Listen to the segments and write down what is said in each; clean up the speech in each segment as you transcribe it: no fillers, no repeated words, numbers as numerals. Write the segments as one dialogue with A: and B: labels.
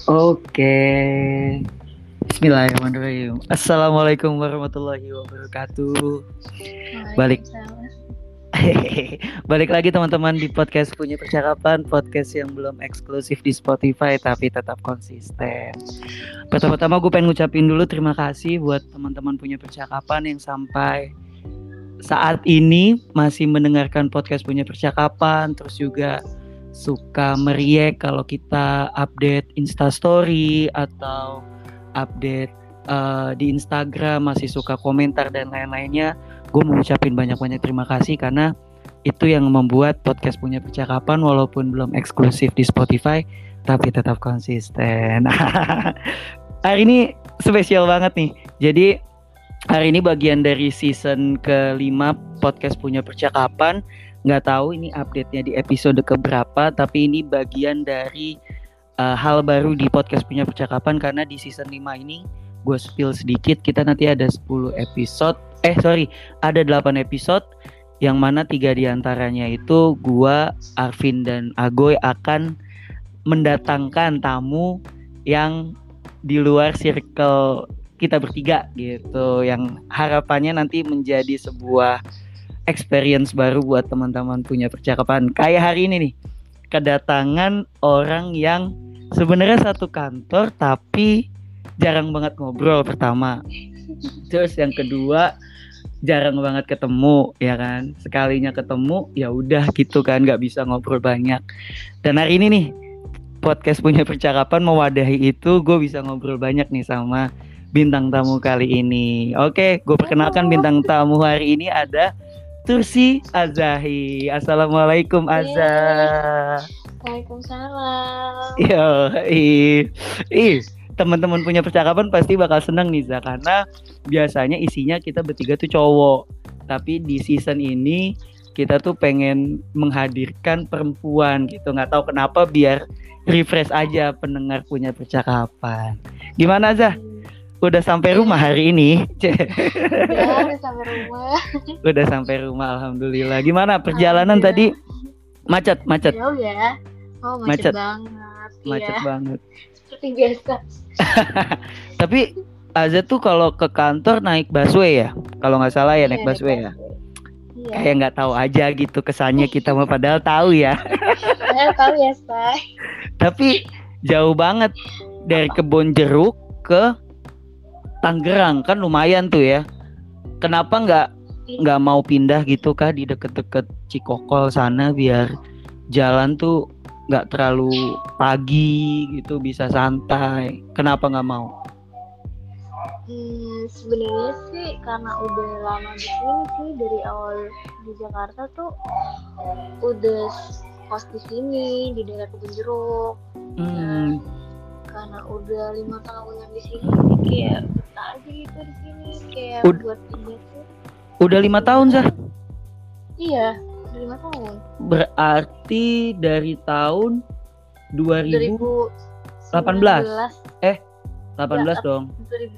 A: Oke. Bismillahirrahmanirrahim. Assalamualaikum warahmatullahi wabarakatuh. Balik
B: Waalaikumsalam.
A: balik lagi teman-teman di podcast Punya Percakapan, podcast yang belum eksklusif di Spotify tapi tetap konsisten. Pertama-tama gue pengen ngucapin dulu terima kasih buat teman-teman Punya Percakapan yang sampai saat ini masih mendengarkan podcast Punya Percakapan, terus juga suka meriak kalau kita update Instastory atau update di Instagram, masih suka komentar dan lain-lainnya. Gue mau ucapin banyak-banyak terima kasih karena itu yang membuat podcast Punya Percakapan walaupun belum eksklusif di Spotify tapi tetap konsisten. Hari ini spesial banget nih. Jadi hari ini bagian dari season ke-5 podcast Punya Percakapan. Nggak tahu ini update-nya di episode keberapa, tapi ini bagian dari hal baru di podcast Punya Percakapan karena di season 5 ini gue spill sedikit, kita nanti ada 10 episode. Ada 8 episode yang mana 3 diantaranya itu gue, Arvin dan Agoy akan mendatangkan tamu yang di luar circle kita bertiga gitu, yang harapannya nanti menjadi sebuah experience baru buat teman-teman Punya Percakapan. Kayak hari ini nih, kedatangan orang yang sebenarnya satu kantor tapi jarang banget ngobrol pertama. Terus yang kedua, jarang banget ketemu, ya kan? Sekalinya ketemu ya udah gitu kan, nggak bisa ngobrol banyak. Dan hari ini nih, podcast Punya Percakapan mewadahi itu, gue bisa ngobrol banyak nih sama bintang tamu kali ini. Oke, gue perkenalkan bintang tamu hari ini ada Tursi Azahi. Assalamualaikum Azah.
B: Waalaikumsalam.
A: Yo, teman-teman Punya Percakapan pasti bakal seneng nih Zah, karena biasanya isinya kita bertiga tuh cowok. Tapi di season ini kita tuh pengen menghadirkan perempuan gitu. Nggak tahu kenapa, biar refresh aja pendengar Punya Percakapan. Gimana Zah? Udah sampai rumah hari ini?
B: Udah sampai rumah.
A: Udah sampai rumah, alhamdulillah. Gimana perjalanan tadi? Macet.
B: Jauh ya? Oh, macet banget.
A: Macet banget.
B: Seperti biasa.
A: Tapi Azza tuh kalau ke kantor naik busway ya? Kalau nggak salah ya, naik busway ya?
B: Iya.
A: Kayak nggak tahu aja gitu kesannya, kita mah padahal tahu ya.
B: Padahal tahu ya, Say.
A: Tapi jauh banget dari Kebon Jeruk ke Tangerang, kan lumayan tuh ya. Kenapa nggak mau pindah gitu kah di deket-deket Cikokol sana, biar jalan tuh nggak terlalu pagi gitu, bisa santai? Kenapa nggak mau?
B: Sebenarnya sih karena udah lama di sini sih, dari awal di Jakarta tuh udah kos di sini di daerah Kebun Jeruk. Nah, karena udah 5 tahunan di sini, kayak betah aja gitu di sini, kayak buat pindah tuh.
A: Udah 5 tahun Zah?
B: Iya, udah 5 tahun.
A: Berarti dari tahun 2018. 18 dong.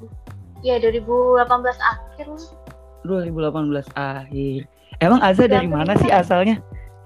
B: 2018 akhir lah.
A: 2018 akhir. Emang Azza dari mana sih asalnya?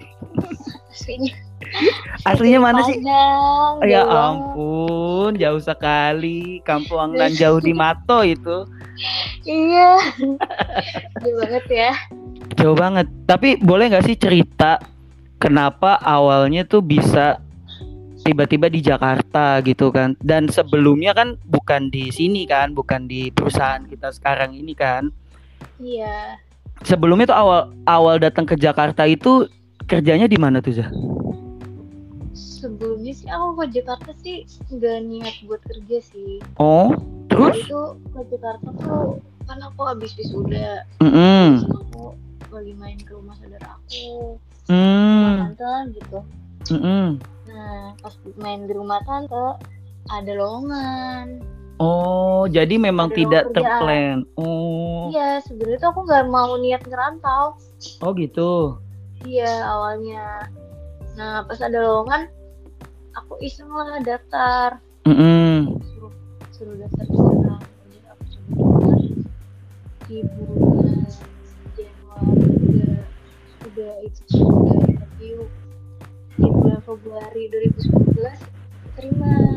A: Aslinya mana sih? Ya ampun, jauh sekali. Kampung nan jauh di Mato itu.
B: Iya. Jauh banget ya.
A: Jauh banget. Tapi boleh gak sih cerita kenapa awalnya tuh bisa tiba-tiba di Jakarta gitu kan? Dan sebelumnya kan bukan di sini kan, bukan di perusahaan kita sekarang ini kan?
B: Iya.
A: Sebelumnya tuh awal datang ke Jakarta itu kerjanya di mana tuh Zah?
B: Sebelumnya sih aku ke Jakarta sih nggak niat buat kerja sih.
A: Oh, terus?
B: Itu ke Jakarta tuh kan aku habis wisuda. Aku lagi main ke rumah saudara aku, rumah tante gitu. Nah, pas main di rumah tante ada lowongan.
A: Oh, jadi memang ada tidak terplan. Oh.
B: Iya, sebenarnya tuh aku nggak mau niat ngerantau.
A: Oh gitu.
B: Iya, awalnya. Nah, pas ada lowongan, aku iseng lah daftar. Suruh daftar di sana. Jadi aku coba di bulan Januari udah interview. Di bulan Februari 2019 terima.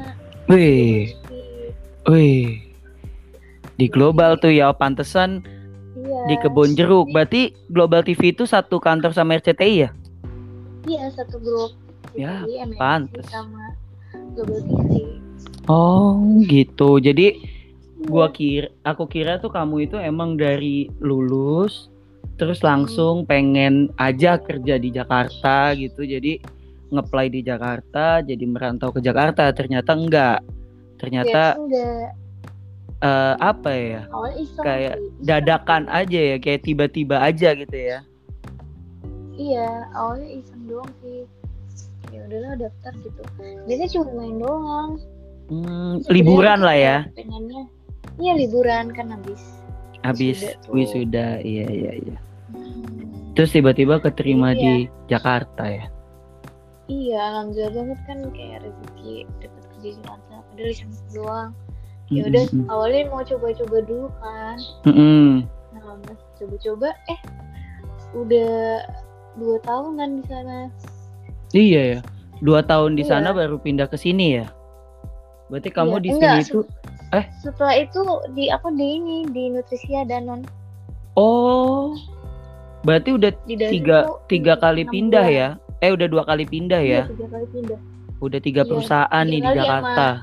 A: Wih, wih. Di Global tuh ya, pantesan
B: Iya.
A: di Kebon Jeruk. Berarti Global TV itu satu kantor sama RCTI ya?
B: Iya, satu grup.
A: Ya,
B: RCTI, MNC
A: pantes.
B: sama Global TV.
A: Oh, gitu. Jadi aku kira tuh kamu itu emang dari lulus terus langsung pengen aja kerja di Jakarta gitu. Jadi nge-apply di Jakarta, jadi merantau ke Jakarta. Ternyata enggak. Ternyata
B: enggak.
A: Apa ya?
B: Awalnya iseng
A: kayak
B: sih.
A: dadakan aja ya, kayak tiba-tiba aja gitu ya.
B: Iya, awalnya iseng doang sih. Ya udahlah daftar gitu. Biasanya cuma main doang.
A: Liburan lah ya.
B: Pengennya. Iya, liburan kan
A: habis wisuda. Iya. Terus tiba-tiba keterima di Jakarta ya.
B: Iya, alhamdulillah banget kan, kayak rezeki dapat kerja di Jakarta. Padahal iseng doang. Ya udah, awalnya mau coba-coba dulu kan. Nah, coba-coba udah 2 tahunan di sana.
A: Iya ya, 2 tahun di sana baru pindah ke sini ya. Berarti kamu di sini itu
B: setelah itu di Nutrisia Danon.
A: Oh, berarti udah tiga kali pindah ya? Udah 2 kali pindah ya?
B: 3 kali pindah.
A: Udah 3 perusahaan nih di Jakarta.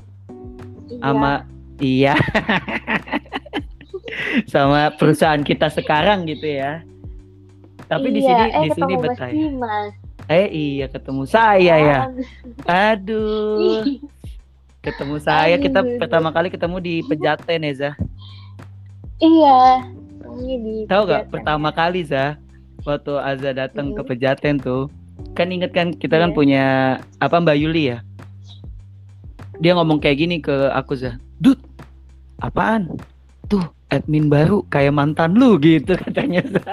A: Iya. Sama perusahaan kita sekarang gitu ya. Tapi di sini betah. Iya, ketemu saya ya. Aduh. Ketemu saya, kita pertama kali ketemu di Pejaten ya, Zah.
B: Iya.
A: Tahu gak pertama kali, Zah, waktu Azza datang ke Pejaten tuh, kan inget kan kita kan punya Mbak Yuli ya. Dia ngomong kayak gini ke aku, Zah. Dut, apaan? Tuh, admin baru kayak mantan lu gitu katanya, Zah.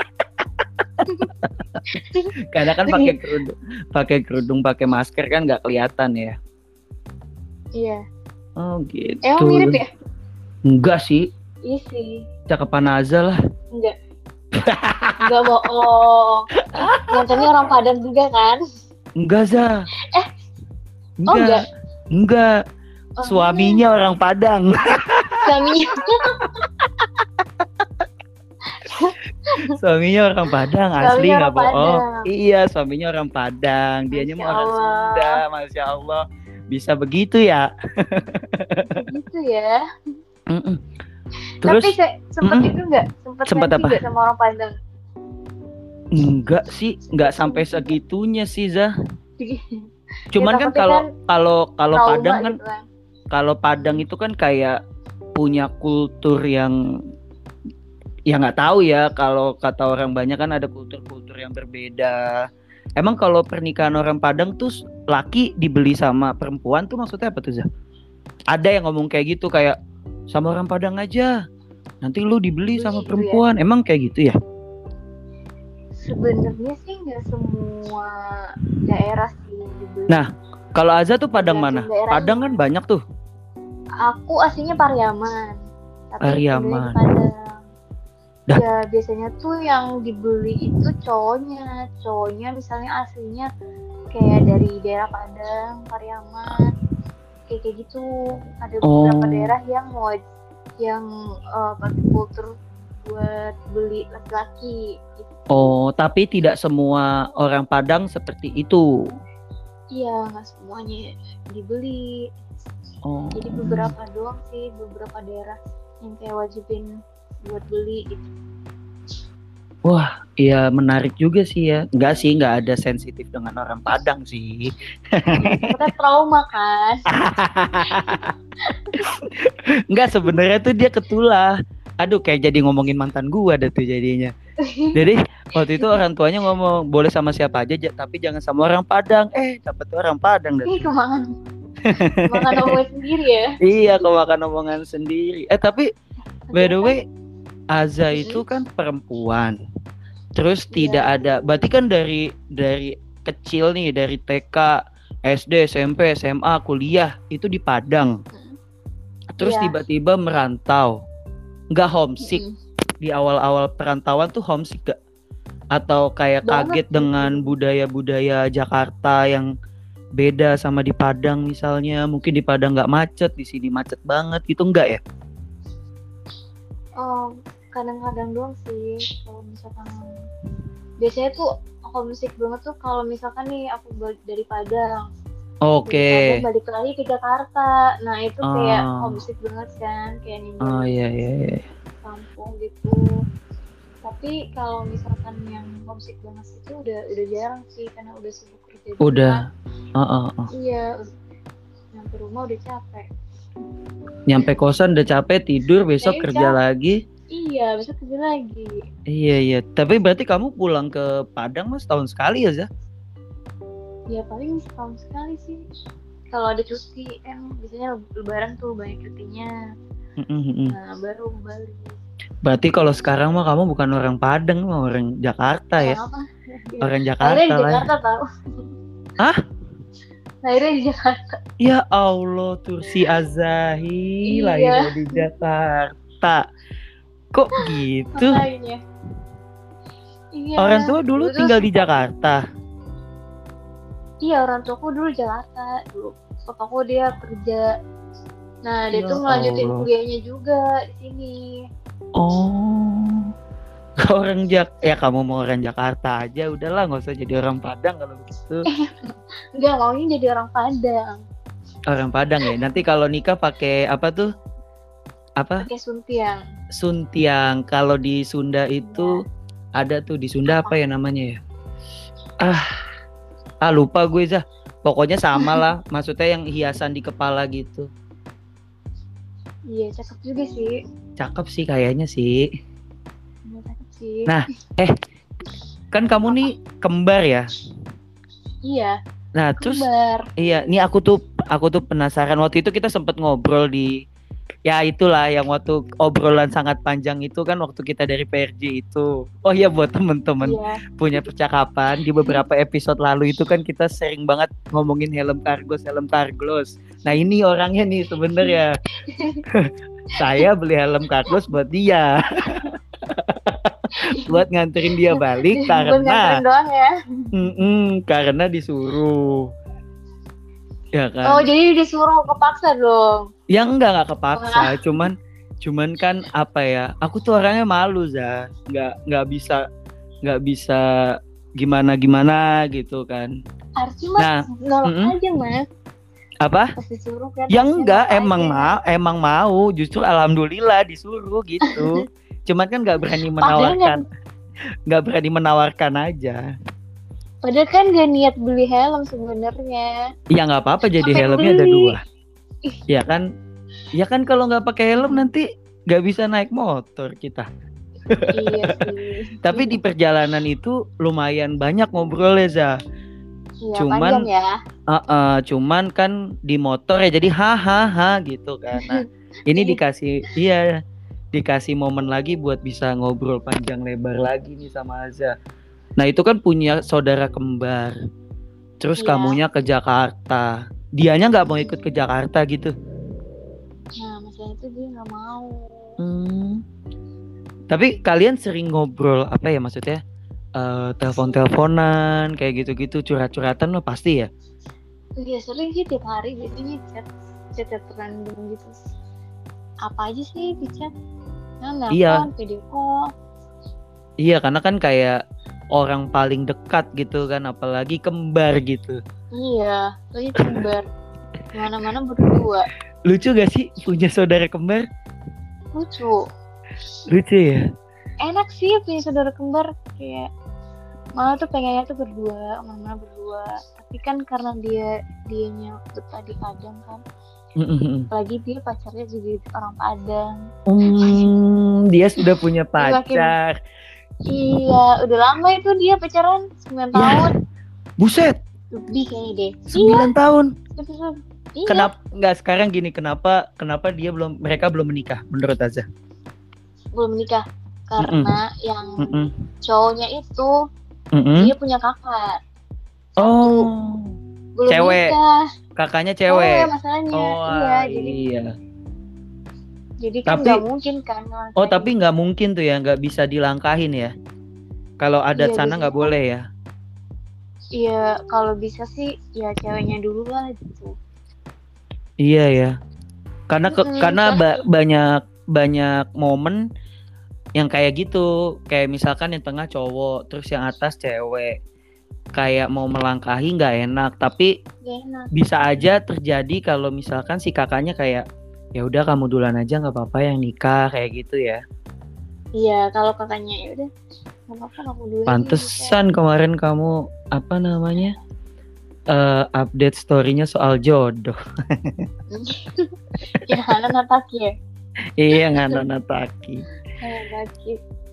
A: Karena kan pakai kerudung, pakai masker kan nggak kelihatan ya.
B: Iya.
A: Oh gitu.
B: Emang mirip ya?
A: Enggak sih.
B: Iya sih.
A: Cakepan Azza lah.
B: Enggak. Enggak bohong. Mantannya orang Padang juga kan?
A: Enggak, Zah. Enggak. Suaminya orang Padang. Suaminya orang Padang, asli nggak bohong. Iya, suaminya orang Padang, dianya mau orang Sunda, Masya Allah. Bisa begitu ya?
B: Begitu ya.
A: Terus,
B: tapi sempat itu nggak?
A: Sempat apa?
B: Nggak sama orang Padang?
A: Enggak sih, nggak sampai segitunya sih, Zah. Cuman kan kalau Padang kan, gitu. Kalau Padang itu kan kayak punya kultur yang nggak tahu ya, kalau kata orang banyak kan ada kultur-kultur yang berbeda. Emang kalau pernikahan orang Padang tuh laki dibeli sama perempuan tuh maksudnya apa tuh, Zah? Ada yang ngomong kayak gitu, kayak sama orang Padang aja, nanti lu dibeli sama perempuan. Ya? Emang kayak gitu ya?
B: Sebenarnya sih nggak semua daerah sih dibeli.
A: Nah, kalau Azza tuh Padang mana? Padang kan banyak tuh.
B: Aku aslinya Pariaman.
A: Pariaman.
B: Ya biasanya tuh yang dibeli itu cowoknya misalnya aslinya kayak dari daerah Padang, Pariaman, kayak gitu. Ada beberapa daerah yang pakai kultur buat beli laki-laki. Gitu.
A: Oh, tapi tidak semua orang Padang seperti itu.
B: Iya, nggak semuanya dibeli. Jadi beberapa doang sih, beberapa daerah yang kayak wajibin buat beli gitu.
A: Wah, iya menarik juga sih ya. Nggak ada sensitif dengan orang Padang sih.
B: Kita trauma kan.
A: Enggak, sebenarnya tuh dia ketulah. Aduh, kayak jadi ngomongin mantan gua dah tuh jadinya. Jadi waktu itu orang tuanya ngomong boleh sama siapa aja, tapi jangan sama orang Padang. Dapet orang Padang dah.
B: Kemakan omongan sendiri ya.
A: Iya, kemakan omongan sendiri. Tapi by the way, Azza itu kan perempuan. Terus tidak ada, berarti kan dari kecil nih, dari TK, SD, SMP, SMA, kuliah itu di Padang. Terus tiba-tiba merantau. Nggak homesick? Di awal-awal perantauan tuh homesick gak? Atau kayak kaget dengan budaya-budaya Jakarta yang beda sama di Padang misalnya? Mungkin di Padang nggak macet, di sini macet banget gitu, enggak ya?
B: Oh, kadang-kadang doang sih kalau misalkan biasanya tuh homesick banget tuh kalau misalkan nih aku balik dari Padang. Dari Padang
A: Oke.
B: balik lagi ke Jakarta. Nah, itu kayak
A: Ah,
B: homesick banget kan, kayak
A: oh
B: ninggalin
A: iya iya iya.
B: kampung gitu. Tapi kalau misalkan yang homesick banget itu udah jarang sih karena udah sibuk kerja juga kan.
A: Udah.
B: Iya, nyampe rumah udah capek.
A: Nyampe kosan udah capek, tidur, besok kerja lagi.
B: Iya, besok kerja lagi.
A: Iya iya. Tapi berarti kamu pulang ke Padang mas tahun sekali ya, Zah?
B: Ya paling setahun sekali sih. Kalau ada cuti kan biasanya lebaran tuh banyak cutinya. Nah, baru balik.
A: Berarti kalau sekarang mah kamu bukan orang Padang, mah orang Jakarta ya?
B: Apa?
A: Orang
B: Akhirnya di
A: Jakarta lah.
B: Jakarta tahu.
A: Hah?
B: Akhirnya di Jakarta.
A: Ya Allah, Tursi Azahi lahirnya di Jakarta. Kok gitu?
B: Makanya. Iya.
A: Orang tua dulu tinggal di Jakarta.
B: Iya, orang tuaku dulu Jakarta. Dulu papaku dia kerja. Nah, dia tuh ngelanjutin kuliahnya juga di sini.
A: Oh. Orang ya kamu mau orang Jakarta aja, udahlah nggak usah jadi orang Padang kalau begitu.
B: Enggak, maunya jadi orang Padang.
A: Orang Padang ya. Nanti kalau nikah pakai apa tuh? Apa?
B: Pakai suntiang.
A: Suntiang. Kalau di Sunda itu ada tuh, di Sunda apa ya namanya ya? Lupa gue Zah. Pokoknya sama lah. Maksudnya yang hiasan di kepala gitu.
B: Iya, cakep juga sih.
A: Cakep sih kayaknya sih.
B: Cakep sih.
A: Nah, kan kamu nih kembar ya?
B: Iya.
A: Nah, terus iya, nih aku tuh penasaran. Waktu itu kita sempat ngobrol di, ya itulah yang waktu obrolan sangat panjang itu kan waktu kita dari PRJ itu. Oh iya, buat temen-temen punya percakapan di beberapa episode lalu itu kan kita sering banget ngomongin helm Carglass. Nah ini orangnya nih sebenarnya. Saya beli helm Carglass buat dia. Buat nganterin dia balik karena
B: doang ya.
A: Karena disuruh. Ya kan?
B: Oh, jadi disuruh kepaksa dong.
A: Ya enggak kepaksa, cuman kan apa ya? Aku tuh orangnya malu, Zah. Enggak bisa gimana gitu kan.
B: Harusnya Mas nolak aja, Mas.
A: Apa?
B: Pas disuruh kan.
A: Ya enggak, emang mau. Justru alhamdulillah disuruh gitu. Cuman kan enggak berani menawarkan. Enggak berani menawarkan aja.
B: Padahal kan gak niat beli helm sebenarnya.
A: Ya nggak apa-apa, jadi helmnya ada 2. Ya kan? Ya kan kalau nggak pakai helm nanti nggak bisa naik motor kita.
B: Iya sih.
A: Tapi di perjalanan itu lumayan banyak ngobrolnya, Zah.
B: Iya, cuman ya.
A: Cuman kan di motor ya jadi hahaha gitu kan. Nah, ini dikasih momen lagi buat bisa ngobrol panjang lebar lagi nih sama Azza. Nah itu kan punya saudara kembar. Terus kamunya ke Jakarta. Dianya gak mau ikut ke Jakarta gitu.
B: Nah masalah itu dia gak mau.
A: Tapi kalian sering ngobrol apa ya maksudnya? Telepon-teleponan kayak gitu-gitu, curhat-curhatan lo pasti ya?
B: Iya sering sih, tiap hari biasanya chat random gitu. Apa aja sih di chat? Nelfon, video call.
A: Iya karena kan kayak orang paling dekat gitu kan, apalagi kembar gitu.
B: Iya, lagi kembar. Mana-mana berdua.
A: Lucu gak sih punya saudara kembar?
B: Lucu
A: ya?
B: Enak sih punya saudara kembar, kayak malah tuh pengennya tuh berdua, mana-mana berdua. Tapi kan karena dianya betah di Padang kan. Apalagi dia pacarnya juga orang Padang.
A: Dia sudah punya pacar.
B: Iya, udah lama itu dia pacaran 9 tahun.
A: Buset.
B: Lebih kayaknya deh.
A: 9 tahun.
B: Iya.
A: Kenapa enggak sekarang gini? Kenapa mereka belum menikah menurut Azza?
B: Belum menikah karena yang cowoknya itu dia punya kakak. Belum
A: cewek.
B: Nikah.
A: Kakaknya cewek.
B: Masalahnya.
A: Iya.
B: Jadi kan nggak mungkin kan.
A: Tapi nggak mungkin tuh ya, nggak bisa dilangkahin ya. Kalau adat sana nggak boleh ya.
B: Iya, kalau bisa sih ya ceweknya dulu lah gitu.
A: Iya ya. Karena banyak momen yang kayak gitu. Kayak misalkan yang tengah cowok, terus yang atas cewek. Kayak mau melangkahi nggak enak, tapi
B: Gak enak.
A: bisa aja terjadi kalau misalkan si kakaknya kayak ya udah kamu duluan aja nggak apa-apa yang nikah kayak gitu ya.
B: Iya, kalau kakaknya ya udah nggak apa-apa kamu dulu aja yang nikah.
A: Pantesan kemarin kamu apa namanya update story-nya soal jodoh.
B: Ya, Hana Nataki ya.
A: Iya Ngana Nataki.
B: Nataki.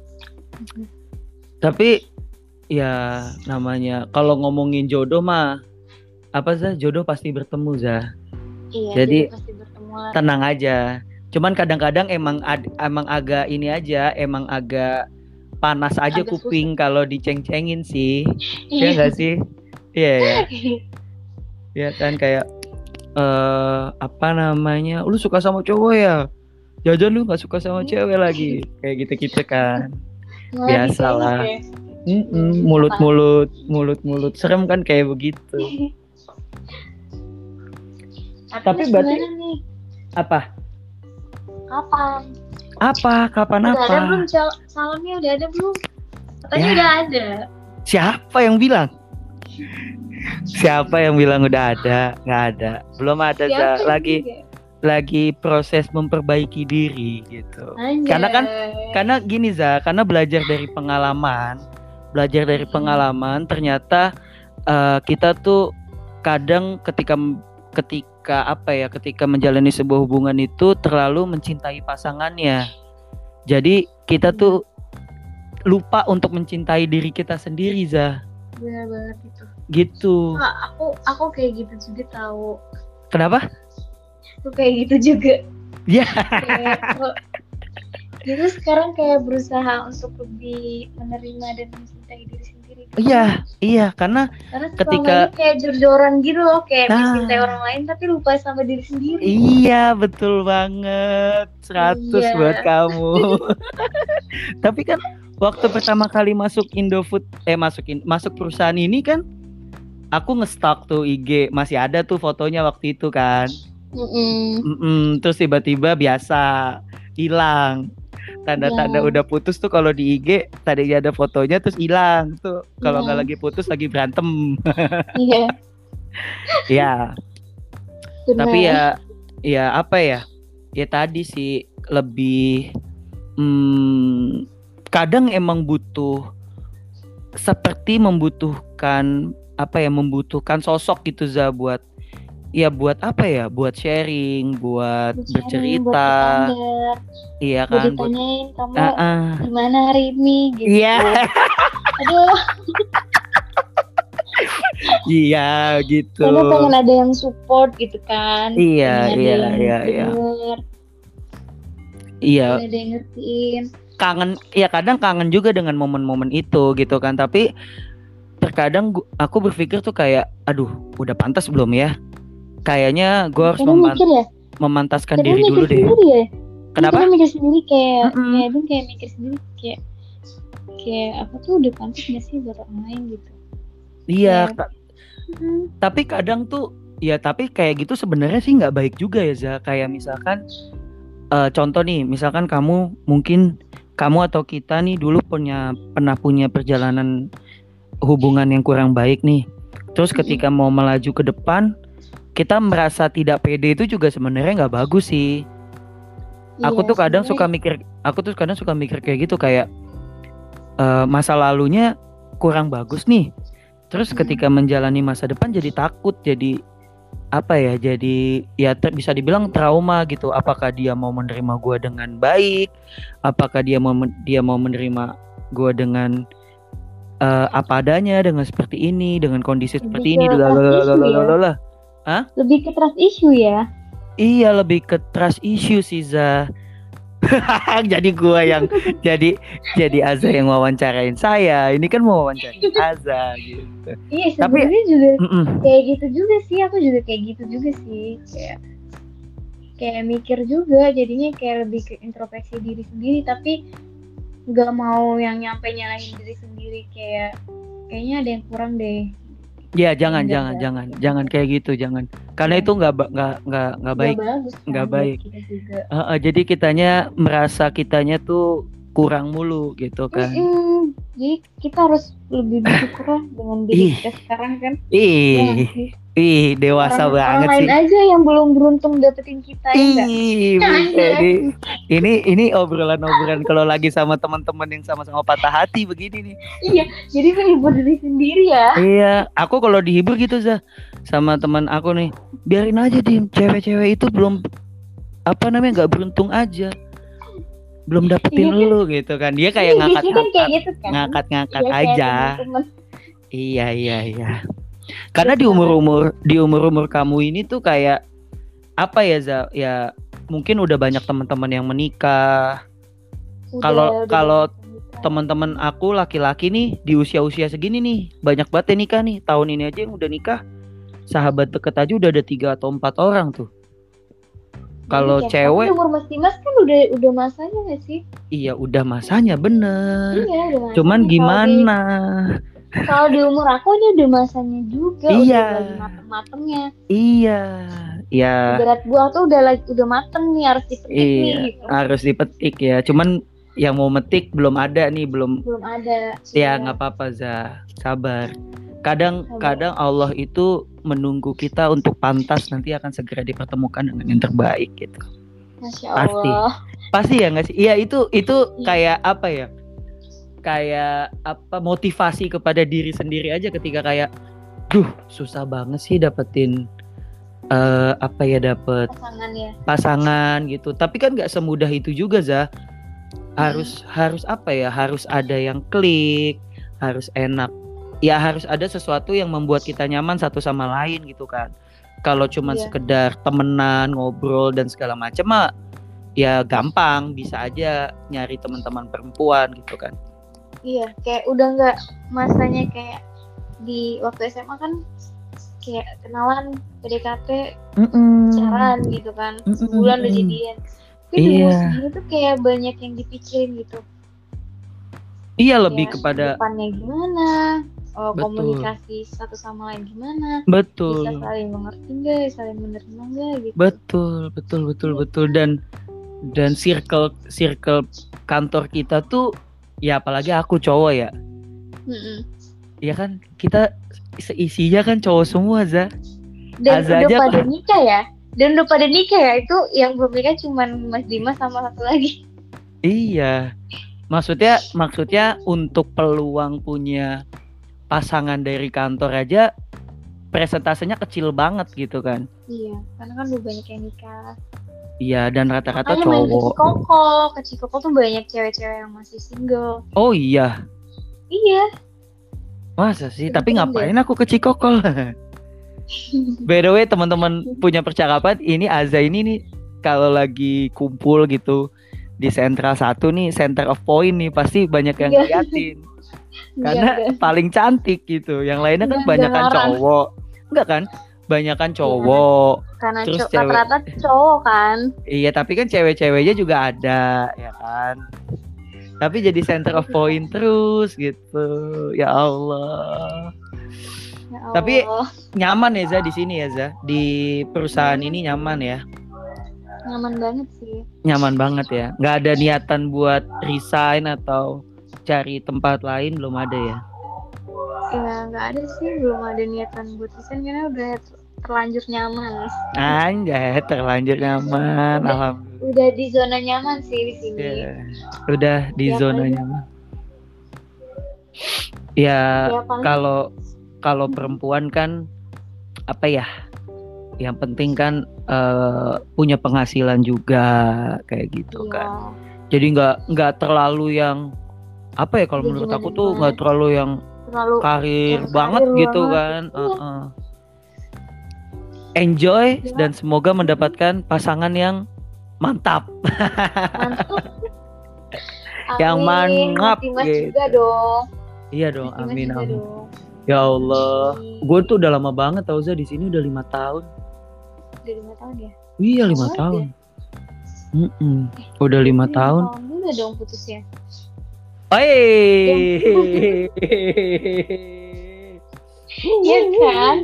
A: Tapi ya namanya kalau ngomongin jodoh mah apa sih, jodoh pasti bertemu Zah.
B: Iya,
A: Jadi
B: pasti bertemu lah.
A: tenang aja. Cuman kadang-kadang emang agak ini aja, emang agak panas aja
B: Agak
A: kuping kalau diceng-cengin sih.
B: Iya.
A: Ya nggak sih? Iya ya. Ya kan kayak apa namanya? Lu suka sama cowok ya? Jajan lu nggak suka sama cewek lagi. Kayak gitu-gitu kan. Biasalah.
B: Ya.
A: Mulut serem kan kayak begitu. Tapi berarti
B: nih?
A: apa?
B: Kapan
A: Udah
B: ada belum salamnya? Udah ada belum? Katanya udah ada.
A: Siapa yang bilang? Siapa yang bilang udah ada? Nggak ada. Belum ada. Lagi proses memperbaiki diri gitu.
B: Anjay.
A: Karena gini Za, karena belajar dari pengalaman ternyata kita tuh kadang ketika menjalani sebuah hubungan itu terlalu mencintai pasangannya. Jadi kita tuh lupa untuk mencintai diri kita sendiri, Za.
B: Benar banget itu.
A: Gitu.
B: Aku kayak gitu juga tahu.
A: Kenapa?
B: Aku kayak gitu juga.
A: Ya.
B: Jadi sekarang kayak berusaha untuk lebih menerima dan mencintai diri sendiri.
A: Iya, karena
B: ketika kayak jor-joran gitu loh, kayak mencintai orang lain tapi lupa sama diri sendiri.
A: Iya, betul banget. 100 buat kamu. Tapi kan waktu pertama kali masuk Indofood, masuk perusahaan ini kan, aku nge-stalk tuh IG, masih ada tuh fotonya waktu itu kan. Terus tiba-tiba biasa hilang. Tanda-tanda udah putus tuh kalau di IG tadinya ada fotonya terus hilang tuh. Kalau nggak lagi putus lagi berantem.
B: Iya.
A: Ya. Tapi ya apa ya? Ya tadi sih lebih kadang emang membutuhkan sosok gitu Za buat apa ya? Buat sharing, buat bercerita. Iya kan.
B: Ditanyain kamu gimana hari ini gitu.
A: Iya.
B: Aduh.
A: Iya gitu.
B: Karena pengen ada yang support gitu kan.
A: Iya. Iya.
B: Ada yang ngertiin.
A: Kadang kangen juga dengan momen-momen itu gitu kan. Tapi terkadang aku berpikir tuh kayak, aduh, udah pantas belum ya? Kayaknya gue harus memantaskan diri dulu deh.
B: Ya?
A: Kenapa?
B: Kita mikir sendiri kayak mikir sendiri kayak apa tuh udah pantas gak sih buat orang lain gitu.
A: Iya. Tapi kadang tuh tapi kayak gitu sebenarnya sih nggak baik juga ya Za. Kayak misalkan contoh nih, misalkan kamu atau kita nih dulu pernah punya perjalanan hubungan yang kurang baik nih. Terus ketika mau melaju ke depan, kita merasa tidak pede, itu juga sebenarnya nggak bagus sih. Aku tuh kadang suka mikir kayak gitu, kayak masa lalunya kurang bagus nih. Terus ketika menjalani masa depan jadi takut, jadi apa ya? Jadi bisa dibilang trauma gitu. Apakah dia mau menerima gue dengan baik? Apakah dia mau menerima gue dengan apa adanya, dengan seperti ini, dengan kondisi seperti ini, Hah?
B: Lebih ke trust issue ya?
A: Iya, lebih ke trust issue sih Za. Jadi gua yang jadi Aza yang wawancarain saya. Ini kan mau wawancarain Aza gitu.
B: Iya, sebenarnya juga kayak gitu juga sih. Aku juga kayak gitu juga sih. Kayak mikir juga, jadinya kayak lebih ke introspeksi diri sendiri, tapi nggak mau yang nyampe nyalahin diri sendiri, kayaknya ada yang kurang deh.
A: Ya jangan
B: Enggak.
A: jangan kayak gitu, jangan. Karena itu nggak baik,
B: bagus kan
A: nggak
B: buat
A: baik.
B: kita juga.
A: Jadi kitanya merasa kitanya tuh kurang mulu gitu kan.
B: Jadi kita harus lebih bersyukur lah dengan diri
A: Ih,
B: kita sekarang kan. Ya nggak
A: ih,
B: sih?
A: dewasa
B: Orang
A: banget
B: lain
A: sih.
B: aja yang belum beruntung dapetin kita ya enggak?
A: Ini obrolan kalau lagi sama teman-teman yang sama-sama patah hati begini nih.
B: Iya, jadi menghibur diri sendiri ya.
A: Iya, aku kalau dihibur gitu sama teman aku nih, biarin aja cewek-cewek itu belum nggak beruntung aja, belum dapetin
B: Iya kan?
A: lu gitu kan. Dia kayak
B: Biasanya kan kayak gitu kan.
A: ngangkat
B: Iya, kayak
A: aja.
B: teman-teman.
A: Iya. Karena
B: Terus
A: di umur kamu ini tuh kayak apa ya ya mungkin udah banyak teman-teman yang menikah. Kalau teman-teman aku laki-laki nih di usia-usia segini nih banyak banget yang nikah nih. Tahun ini aja yang udah nikah, sahabat deket aja udah ada 3 atau 4 orang tuh. Kalau cewek,
B: umur Mas Dimas kan udah masanya nggak sih?
A: Iya udah masanya bener.
B: Iya, udah masanya.
A: Cuman gimana?
B: Kalau di umur aku ini udah masanya juga,
A: iya.
B: Udah lagi mateng-matengnya.
A: Iya.
B: Berat buah tuh udah mateng nih, harus dipetik nih. Gitu.
A: Harus dipetik ya. Cuman yang mau metik belum ada nih, belum
B: ada.
A: Ya nggak apa-apa sabar. Kadang Allah itu menunggu kita untuk pantas nanti akan segera dipertemukan dengan yang terbaik gitu.
B: Masya Allah.
A: Pasti ya nggak sih? Iya itu kayak apa ya? Kayak motivasi kepada diri sendiri aja ketika kayak, susah banget sih dapetin dapet pasangan gitu. Tapi kan nggak semudah itu juga harus harus ada yang klik, harus enak. Ya harus ada sesuatu yang membuat kita nyaman satu sama lain gitu kan. Kalau cuma sekedar temenan, ngobrol dan segala macam mah ya gampang, bisa aja nyari teman-teman perempuan gitu kan.
B: Iya, kayak udah nggak masanya kayak di waktu SMA kan kayak kenalan, PDKT, pacaran gitu kan, sebulan udah jadian. Tapi di umur segini tuh kayak banyak yang dipikirin gitu.
A: Iya, lebih kepada
B: depannya gimana, komunikasi satu sama lain gimana,
A: betul,
B: bisa saling mengerti nggak, saling menerima nggak gitu.
A: Betul. Dan circle kantor kita tuh ya, apalagi aku cowok ya. Ya kan, kita seisinya kan cowok semua
B: Dan udah pada nikah ya. Dan udah pada nikah ya, itu yang belum nikah cuman Mas Dimas sama satu lagi.
A: Iya. Maksudnya untuk peluang punya pasangan dari kantor aja presentasenya kecil banget gitu kan.
B: Iya, karena kan udah banyak yang nikah.
A: Iya, dan rata-rata
B: makanya
A: cowok.
B: Kecikoko tuh banyak cewek-cewek yang masih single.
A: Oh iya.
B: Iya.
A: Masa sih? Tapi ngapain aku kecikokol? By the way, teman-teman punya percakapan, ini Aza ini nih kalau lagi kumpul gitu di Sentral 1 nih, center of point nih, pasti banyak yang liatin. Karena paling cantik gitu. Yang lainnya kan banyakan cowok. Enggak kan? Banyakan cowok.
B: Karena terus rata-rata cowok kan.
A: Iya, tapi kan cewek-ceweknya juga ada, ya kan? Tapi jadi center of point terus gitu. Ya Allah. Tapi nyaman ya di sini ya di perusahaan ini nyaman ya.
B: Nyaman banget sih.
A: Nyaman banget ya. Nggak ada niatan buat resign atau cari tempat lain, belum ada ya?
B: Ya nggak ada sih, belum ada niatan buat resign karena udah terlanjur nyaman.
A: Anjay, terlanjur nyaman. Alhamdulillah.
B: Udah di zona nyaman sih di sini.
A: Ya, udah di zona nyaman. Ya kalau perempuan kan apa ya? Yang penting kan punya penghasilan juga kayak gitu kan. Jadi nggak terlalu yang apa ya, kalau menurut aku tuh nggak terlalu yang karir banget gitu kan. Enjoy dan semoga mendapatkan pasangan yang mantap. Yang mantap gitu.
B: Juga dong.
A: Iya dong, amin. Ya Allah, gue tuh udah lama banget tau di sini, udah 5 tahun.
B: Udah 5 tahun ya?
A: Iya 5 tahun. Udah 5 tahun.
B: Udah dong putusnya. Iya kan?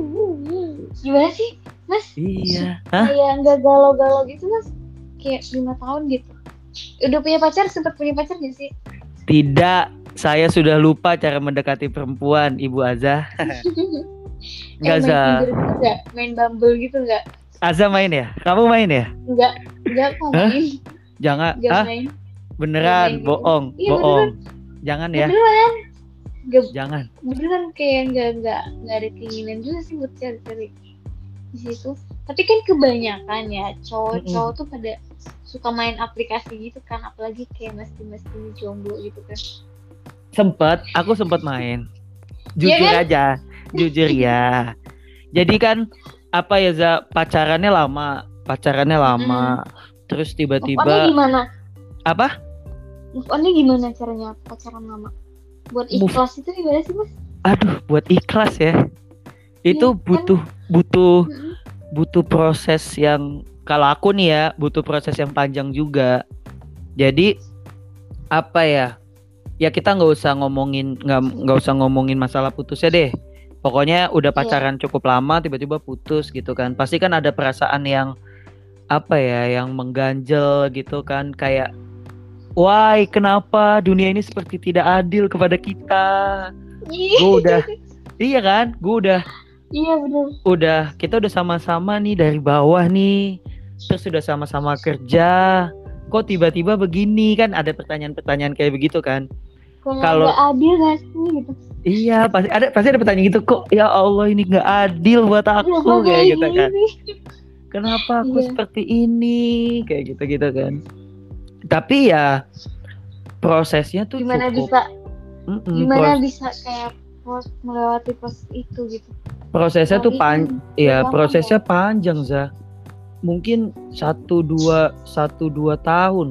B: Gimana sih, Mas?
A: Iya. Hah?
B: Kayak nggak galau-galau gitu, Mas? Kayak 5 tahun gitu. Udah punya pacar, sempat punya pacar gak sih?
A: Tidak, saya sudah lupa cara mendekati perempuan, Ibu Azza. Enggak,
B: Main
A: Za.
B: Tinder gitu nggak? Main Bumble gitu nggak?
A: Azza main ya? Kamu main ya?
B: Nggak kok
A: Hah?
B: main.
A: Jangan.
B: Nggak
A: Ah,
B: main.
A: beneran,
B: Nggak main gitu.
A: bohong,
B: Iya
A: bohong. Jangan ya,
B: beneran. Nggak,
A: jangan.
B: beneran kayak nggak ada keinginan juga sih buat cari-cari di situ. Tapi kan kebanyakan ya cowok-cowok tuh pada suka main aplikasi gitu kan, apalagi kayak mesti jomblo gitu kan.
A: Aku sempat main. Jujur
B: Iya kan?
A: aja, jujur ya. Jadi kan apa ya, Za, pacarannya lama. Terus
B: Move on-nya
A: tiba-tiba
B: gimana?
A: apa?
B: Move on-nya gimana caranya pacaran lama? Buat ikhlas itu gimana sih, Mas?
A: Aduh, buat ikhlas ya. Itu
B: Iya,
A: butuh proses yang, kalau aku nih ya, butuh proses yang panjang juga. Jadi apa ya? Ya kita nggak usah ngomongin masalah putusnya deh. Pokoknya udah pacaran cukup lama tiba-tiba putus gitu kan. Pasti kan ada perasaan yang apa ya, yang mengganjel gitu kan, kayak why, kenapa dunia ini seperti tidak adil kepada kita. Gue udah iya kan?
B: Iya
A: Udah kita udah sama-sama nih dari bawah nih. Terus sudah sama-sama kerja. Kok tiba-tiba begini kan, ada pertanyaan-pertanyaan kayak begitu kan.
B: Kalau nggak adil gak sih gitu.
A: Iya, pasti ada pertanyaan gitu, kok ya Allah ini nggak adil buat aku kayak gitu kan. Kenapa aku seperti ini kayak gitu kan. Tapi ya prosesnya tuh
B: gimana
A: cukup
B: bisa kayak melewati proses itu gitu.
A: Prosesnya tuh prosesnya panjang, Za. Mungkin 1-2 tahun.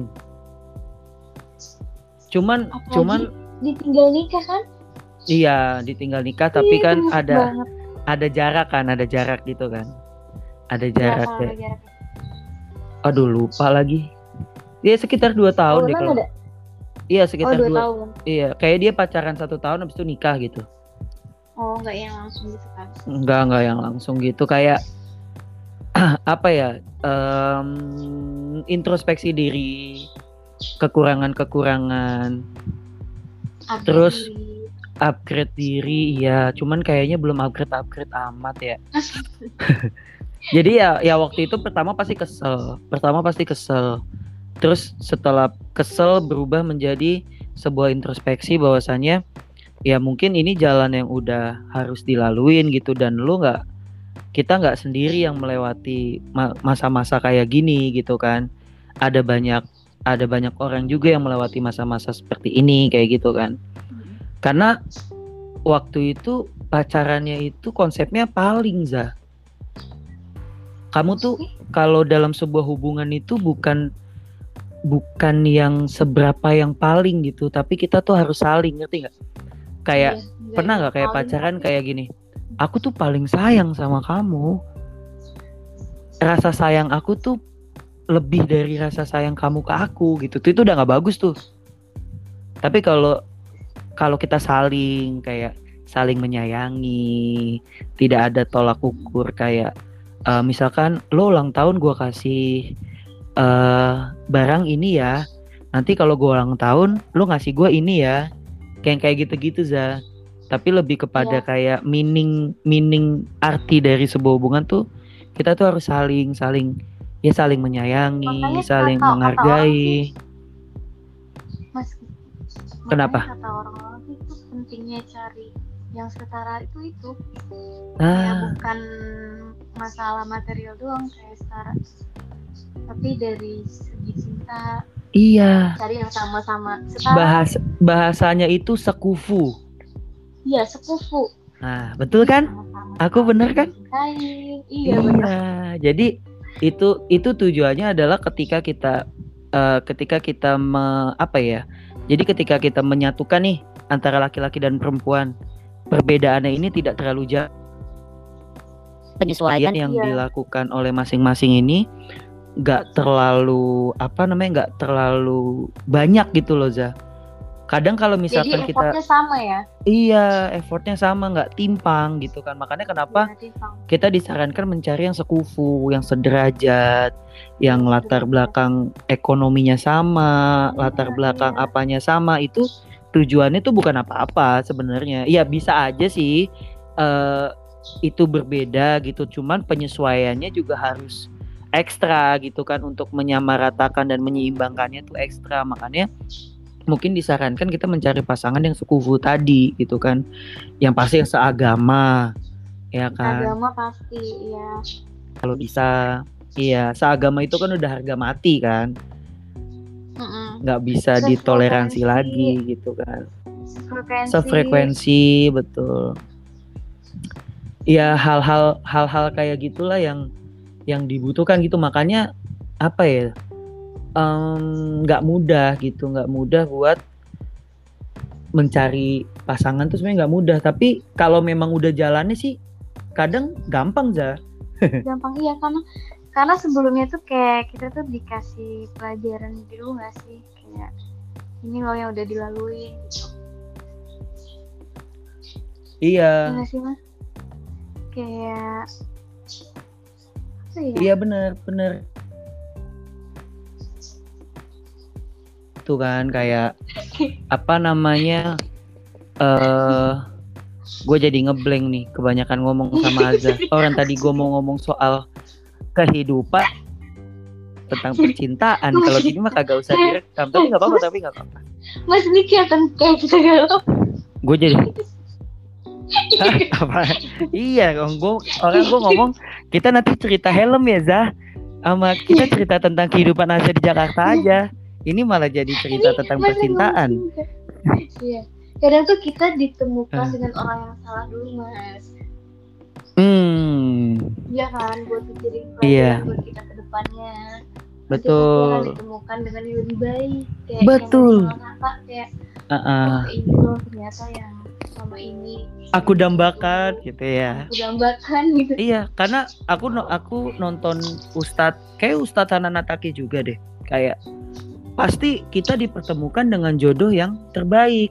A: Cuman
B: ditinggal nikah kan?
A: Iya, ditinggal nikah, tapi kan ada jarak gitu kan. Ada jarak ya. Aduh, lupa lagi. Dia sekitar 2 tahun deh kalau. Iya, sekitar 2 tahun. Iya, kayak dia pacaran 1 tahun habis itu nikah gitu.
B: Oh, enggak yang langsung gitu kan?
A: Enggak yang langsung gitu, kayak apa ya? Introspeksi diri, kekurangan. Terus upgrade diri, ya. Cuman kayaknya belum upgrade amat ya. Jadi ya waktu itu pertama pasti kesel. Terus setelah kesel berubah menjadi sebuah introspeksi bahwasannya ya mungkin ini jalan yang udah harus dilaluin gitu, dan kita nggak sendiri yang melewati masa-masa kayak gini gitu kan. Ada banyak orang juga yang melewati masa-masa seperti ini kayak gitu kan. Karena waktu itu pacarannya itu konsepnya paling, Za. Kamu tuh kalau dalam sebuah hubungan itu bukan yang seberapa yang paling gitu, tapi kita tuh harus saling, ngerti nggak? Kayak pernah nggak kayak pacaran kayak gini, aku tuh paling sayang sama kamu, rasa sayang aku tuh lebih dari rasa sayang kamu ke aku gitu. Itu udah nggak bagus tuh. Tapi kalau kita saling menyayangi, tidak ada tolak ukur, kayak misalkan lo ulang tahun, gue kasih barang ini ya, nanti kalau gue ulang tahun lo ngasih gue ini ya, kayak gitu Za. Tapi lebih kepada kayak meaning arti dari sebuah hubungan tuh, kita tuh harus saling menyayangi. Makanya saling menghargai.
B: Mas,
A: kenapa?
B: Kata orang-orang itu pentingnya cari yang setara itu ya, bukan masalah material doang kayak setara, tapi dari segi cinta.
A: Iya.
B: Cari yang sama-sama setara.
A: Bahasanya itu sekufu.
B: Iya, sekufu.
A: Nah, betul kan? Sama-sama. Aku bener kan?
B: Iya, benar.
A: Jadi itu tujuannya adalah ketika kita jadi ketika kita menyatukan nih antara laki-laki dan perempuan, perbedaannya ini tidak terlalu jauh. Penyesuaian yang dilakukan oleh masing-masing ini nggak terlalu banyak gitu loh, Za. Kadang kalau misalkan
B: jadi effortnya sama ya.
A: Iya, effortnya sama, nggak timpang gitu kan. Makanya kenapa kita disarankan mencari yang sekufu, yang sederajat, yang latar belakang ekonominya sama, latar belakang apanya sama. Itu tujuannya tuh bukan apa-apa sebenarnya. Iya bisa aja sih itu berbeda gitu. Cuman penyesuaiannya juga harus ekstra gitu kan, untuk menyamaratakan dan menyeimbangkannya tuh ekstra. Makanya mungkin disarankan kita mencari pasangan yang sekufu tadi gitu kan, yang pasti yang seagama, ya kan.
B: Agama pasti ya.
A: Kalau bisa, iya seagama itu kan udah harga mati kan, nggak bisa ditoleransi lagi gitu kan. Sefrekuensi, betul. Ya hal-hal kayak gitulah yang dibutuhkan gitu. Makanya apa ya? Nggak mudah gitu, nggak mudah buat mencari pasangan tuh sebenarnya nggak mudah. Tapi kalau memang udah jalannya sih kadang gampang Za.
B: Gampang iya, karena sebelumnya tuh kayak kita tuh dikasih pelajaran dulu nggak sih, kayak ini loh yang udah dilalui gitu.
A: Iya.
B: Nggak sih Mas? Kayak apa ya?
A: Iya benar. Tuh kan kayak apa namanya, gue jadi ngeblank nih, kebanyakan ngomong sama Azza. Orang tadi gue mau ngomong soal kehidupan tentang percintaan, kalau gini mah kagak usah direkam. Tapi nggak apa-apa.
B: Mas ini kelihatan kayak kita galau.
A: Gue jadi apa? Iya, gue ngomong kita nanti cerita helm ya Zah, sama kita cerita tentang kehidupan Azza di Jakarta aja. Ini malah jadi cerita tentang percintaan.
B: Iya. Kadang tuh kita ditemukan dengan orang yang salah dulu Mas. Iya kan, buat pikirin buat kita ke depannya.
A: Betul.
B: Kita ditemukan dengan yang lebih baik. Kayak
A: betul.
B: Kayak ini loh ternyata yang sama ini
A: aku dambakan gitu ya.
B: Gitu.
A: Iya, karena aku nonton Ustadz Hana Nataki juga deh. Kayak pasti kita dipertemukan dengan jodoh yang terbaik.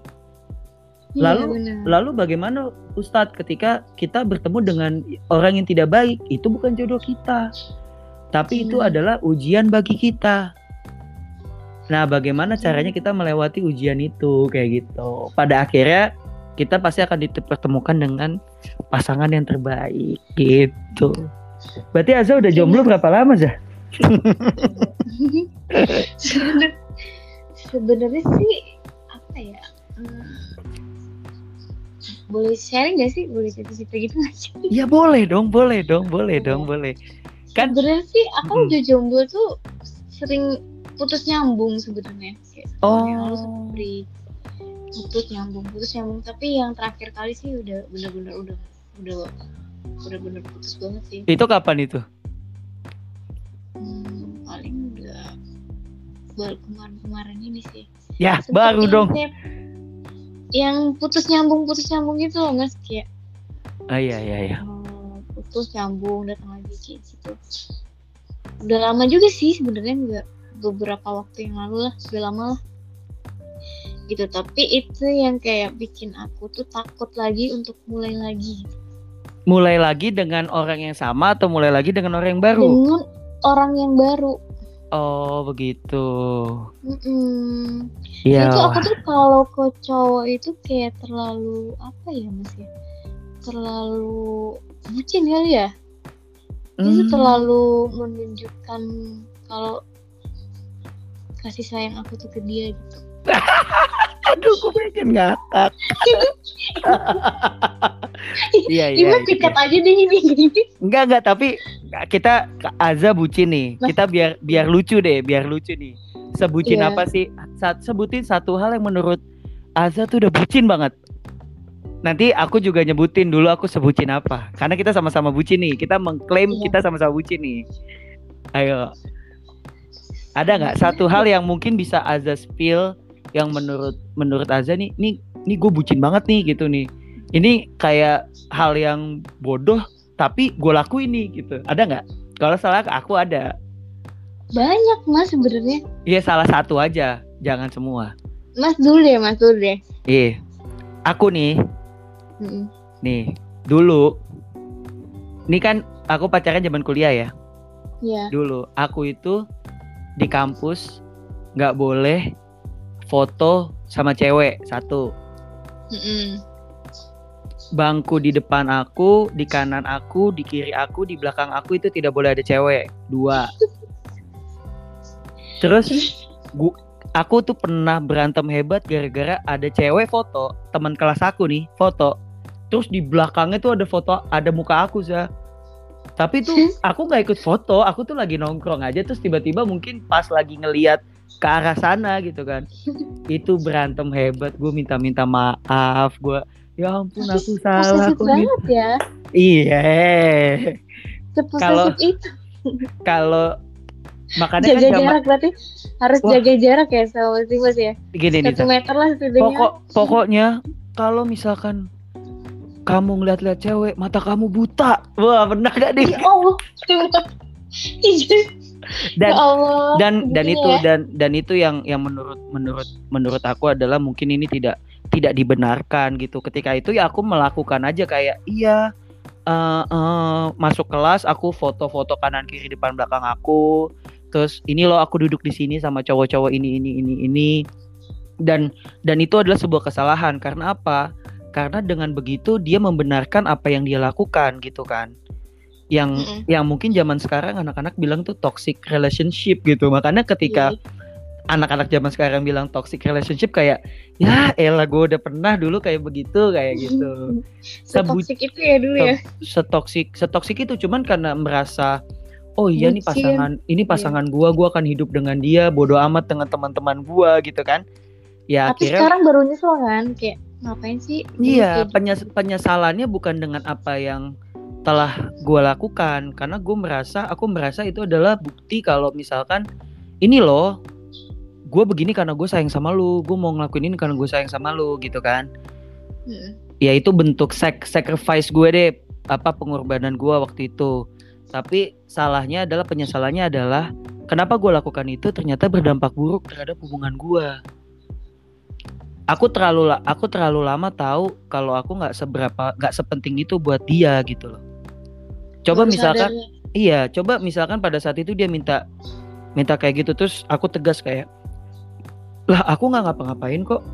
A: Lalu bagaimana Ustadz ketika kita bertemu dengan orang yang tidak baik? Itu bukan jodoh kita, tapi itu adalah ujian bagi kita. Nah, bagaimana caranya kita melewati ujian itu kayak gitu? Pada akhirnya kita pasti akan dipertemukan dengan pasangan yang terbaik gitu. Berarti Azza udah jomblo berapa lama Zah?
B: Sebenarnya sih apa ya, boleh sharing gak sih, boleh cerita gitu nggak sih?
A: Ya boleh dong. Kan
B: sebenarnya sih aku udah jomblo tuh sering putus nyambung sebenarnya. Yang lalu seperti putus nyambung, tapi yang terakhir kali sih udah benar-benar putus banget sih.
A: Itu kapan itu?
B: Paling udah kemarin ini sih.
A: Ya baru dong.
B: Yang putus nyambung gitu loh Mas, kayak.
A: Iya.
B: Putus nyambung datang lagi kayak gitu. Udah lama juga sih sebenarnya, nggak beberapa waktu yang lalu lah, sudah lama lah. Gitu, tapi itu yang kayak bikin aku tuh takut lagi untuk mulai lagi.
A: Mulai lagi dengan orang yang sama atau mulai lagi dengan orang yang baru?
B: Dengan orang yang baru.
A: Oh begitu.
B: Iya. Itu aku tuh kalau ke cowok itu kayak terlalu apa ya Mas ya? Terlalu bucin kali ya. Dia tuh terlalu menunjukkan kalau kasih sayang aku tuh ke dia gitu.
A: Aduh, gue pengen ngakak. Iya.
B: Ibu tiket aja deh ini.
A: Enggak, tapi kita Azza bucin nih. Mas, kita biar lucu deh, nih. Sebucin apa sih? Sebutin satu hal yang menurut Azza tuh udah bucin banget. Nanti aku juga nyebutin dulu aku sebucin apa. Karena kita sama-sama bucin nih. Kita mengklaim kita sama-sama bucin nih. Ayo. Ada nggak satu hal yang mungkin bisa Azza spill yang menurut Azza nih gue bucin banget nih gitu nih. Ini kayak hal yang bodoh tapi gue lakuin nih gitu. Ada nggak? Kalau salah aku ada.
B: Banyak Mas sebenarnya.
A: Iya, salah satu aja, jangan semua.
B: Mas dulu deh.
A: Iya, aku nih,
B: Mm-mm.
A: nih dulu, ini kan aku pacaran zaman kuliah ya.
B: Iya.
A: Dulu aku itu di kampus nggak boleh foto sama cewek satu.
B: Mm-mm.
A: Bangku di depan aku, di kanan aku, di kiri aku, di belakang aku itu tidak boleh ada cewek. 2. Terus aku tuh pernah berantem hebat gara-gara ada cewek foto, teman kelas aku nih foto. Terus di belakangnya tuh ada foto, ada muka aku Za. Tapi tuh aku nggak ikut foto, aku tuh lagi nongkrong aja. Terus tiba-tiba mungkin pas lagi ngeliat ke arah sana gitu kan, itu berantem hebat. Gue minta maaf, gue ya ampun aku salah
B: Posesif
A: kok gitu.
B: banget ya.
A: Iya. Kalau
B: Seposesif itu.
A: kalau makanya
B: Jaga
A: kan
B: jarak berarti harus
A: Wah.
B: jaga jarak ya sama si Mas ya.
A: Gini nih
B: 1 meter lah setidaknya.
A: pokoknya kalau misalkan kamu ngeliat-liat cewek, mata kamu buta. Wah, pernah gak nih?
B: Ya Allah.
A: Dan
B: ya Allah.
A: dan itu yang menurut aku adalah mungkin ini tidak dibenarkan gitu. Ketika itu ya aku melakukan aja kayak iya, masuk kelas aku foto-foto kanan kiri depan belakang aku. Terus ini loh aku duduk di sini sama cowok-cowok ini. Dan itu adalah sebuah kesalahan. Karena apa? Karena dengan begitu dia membenarkan apa yang dia lakukan gitu kan. Yang mungkin zaman sekarang anak-anak bilang tuh toxic relationship gitu. Makanya ketika anak-anak zaman sekarang bilang toxic relationship kayak ya elah gue udah pernah dulu kayak begitu kayak gitu.
B: Setoksik itu ya dulu ya.
A: Setoksik itu cuman karena merasa oh iya nih pasangan gua akan hidup dengan dia, bodo amat dengan teman-teman gua gitu kan. Ya
B: tapi
A: akhirnya
B: sekarang baru nyesel kan kayak ngapain sih?
A: Iya, penyesalannya bukan dengan apa yang telah gue lakukan, karena aku merasa itu adalah bukti kalau misalkan ini loh, gue begini karena gue sayang sama lu, gue mau ngelakuin ini karena gue sayang sama lu gitu kan. Ya itu bentuk sacrifice gue deh, pengorbanan gue waktu itu. Tapi penyesalannya adalah kenapa gue lakukan itu ternyata berdampak buruk terhadap hubungan gue. Aku terlalu lama tahu kalau aku nggak sepenting itu buat dia gitu loh. Coba misalkan pada saat itu dia minta kayak gitu, terus aku tegas kayak, lah aku nggak ngapa-ngapain kok.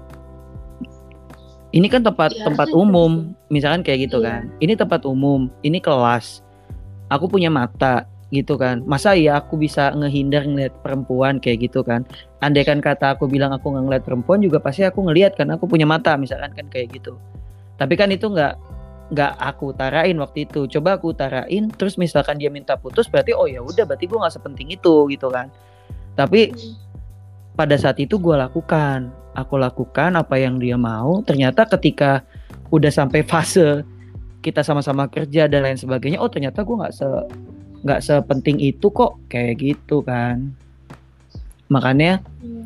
A: Ini kan tempat umum, misalkan kayak gitu kan. Ini tempat umum, ini kelas. Aku punya mata gitu kan. Masa ya aku bisa ngehindar ngeliat perempuan kayak gitu kan. Andaikan kata aku bilang aku nggak ngeliat perempuan juga pasti aku ngeliat karena aku punya mata misalkan kan kayak gitu. Tapi kan itu nggak aku utarain waktu itu. Coba aku utarain terus misalkan dia minta putus berarti oh ya udah berarti gue nggak sepenting itu gitu kan. Tapi pada saat itu aku lakukan apa yang dia mau. Ternyata ketika udah sampai fase kita sama-sama kerja dan lain sebagainya, oh ternyata gue nggak sepenting itu kok kayak gitu kan. Makanya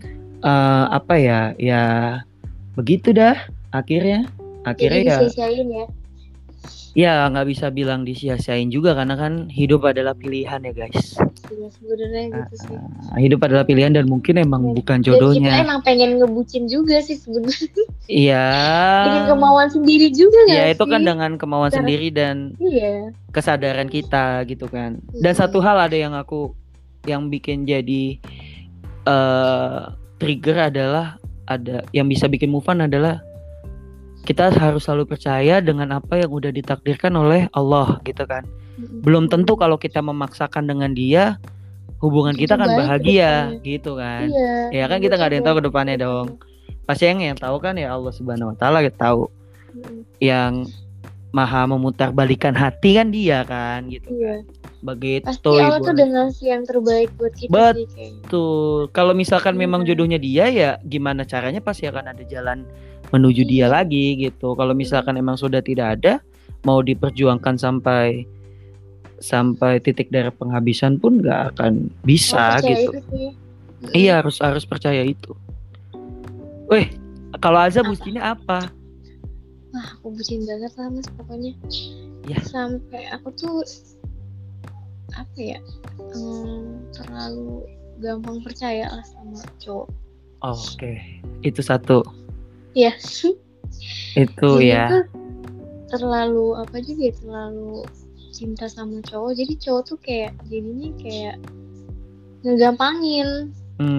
A: ya begitu dah akhirnya ya
B: disia-siain ya.
A: Ya nggak bisa bilang disia-siain juga karena kan hidup adalah pilihan ya guys.
B: Iya sebenarnya gitu sih.
A: Hidup adalah pilihan dan mungkin emang bukan jodohnya.
B: Dan kita emang pengen ngebucin juga sih sebenarnya.
A: Iya.
B: Dengan kemauan sendiri juga nggak sih?
A: Ya itu kan dengan kemauan sendiri dan kesadaran kita gitu kan. Dan satu hal ada yang bikin jadi trigger adalah yang bisa bikin move on adalah kita harus selalu percaya dengan apa yang udah ditakdirkan oleh Allah gitu kan. Belum tentu kalau kita memaksakan dengan dia hubungan kita akan bahagia gitu kan. Ya kan kita nggak ada yang tahu ke depannya dong. Pasti yang tahu kan ya Allah Subhanahu Wa Taala tahu. Yang maha memutarbalikkan hati kan dia kan gitu kan. Begitu.
B: Pasti Allah tuh udah ngasih yang terbaik buat kita sih kayaknya.
A: Betul. Kalau misalkan memang jodohnya dia ya gimana caranya pasti akan ada jalan menuju dia lagi gitu. Kalau misalkan emang sudah tidak ada, mau diperjuangkan sampai titik darah penghabisan pun nggak akan bisa gitu. Iya harus percaya itu. Weh, kalau Azza bucinnya apa?
B: Wah, aku bucin banget lah mas pokoknya.
A: Ya.
B: Sampai aku tuh terlalu gampang percaya lah sama cowok.
A: Oke, itu satu.
B: Iya.
A: Itu
B: Jadi
A: ya.
B: tuh terlalu apa juga ya, terlalu cinta sama cowok, jadi cowok tuh kayak jadinya kayak ngegampangin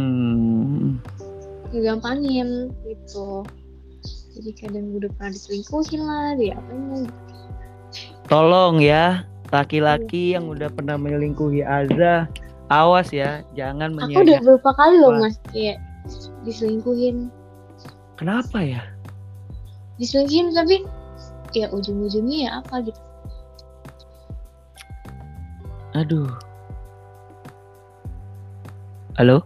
B: gitu. Jadi kadang udah pernah diselingkuhin lah, dia apanya gitu.
A: Tolong ya, laki-laki yang udah pernah menyelingkuhi Aza, awas ya, jangan
B: Aku udah
A: menyia-nyiakan.
B: beberapa kali loh Mas kayak diselingkuhin
A: Kenapa ya?
B: tapi ya ujung-ujungnya ya apa gitu.
A: Aduh. Halo?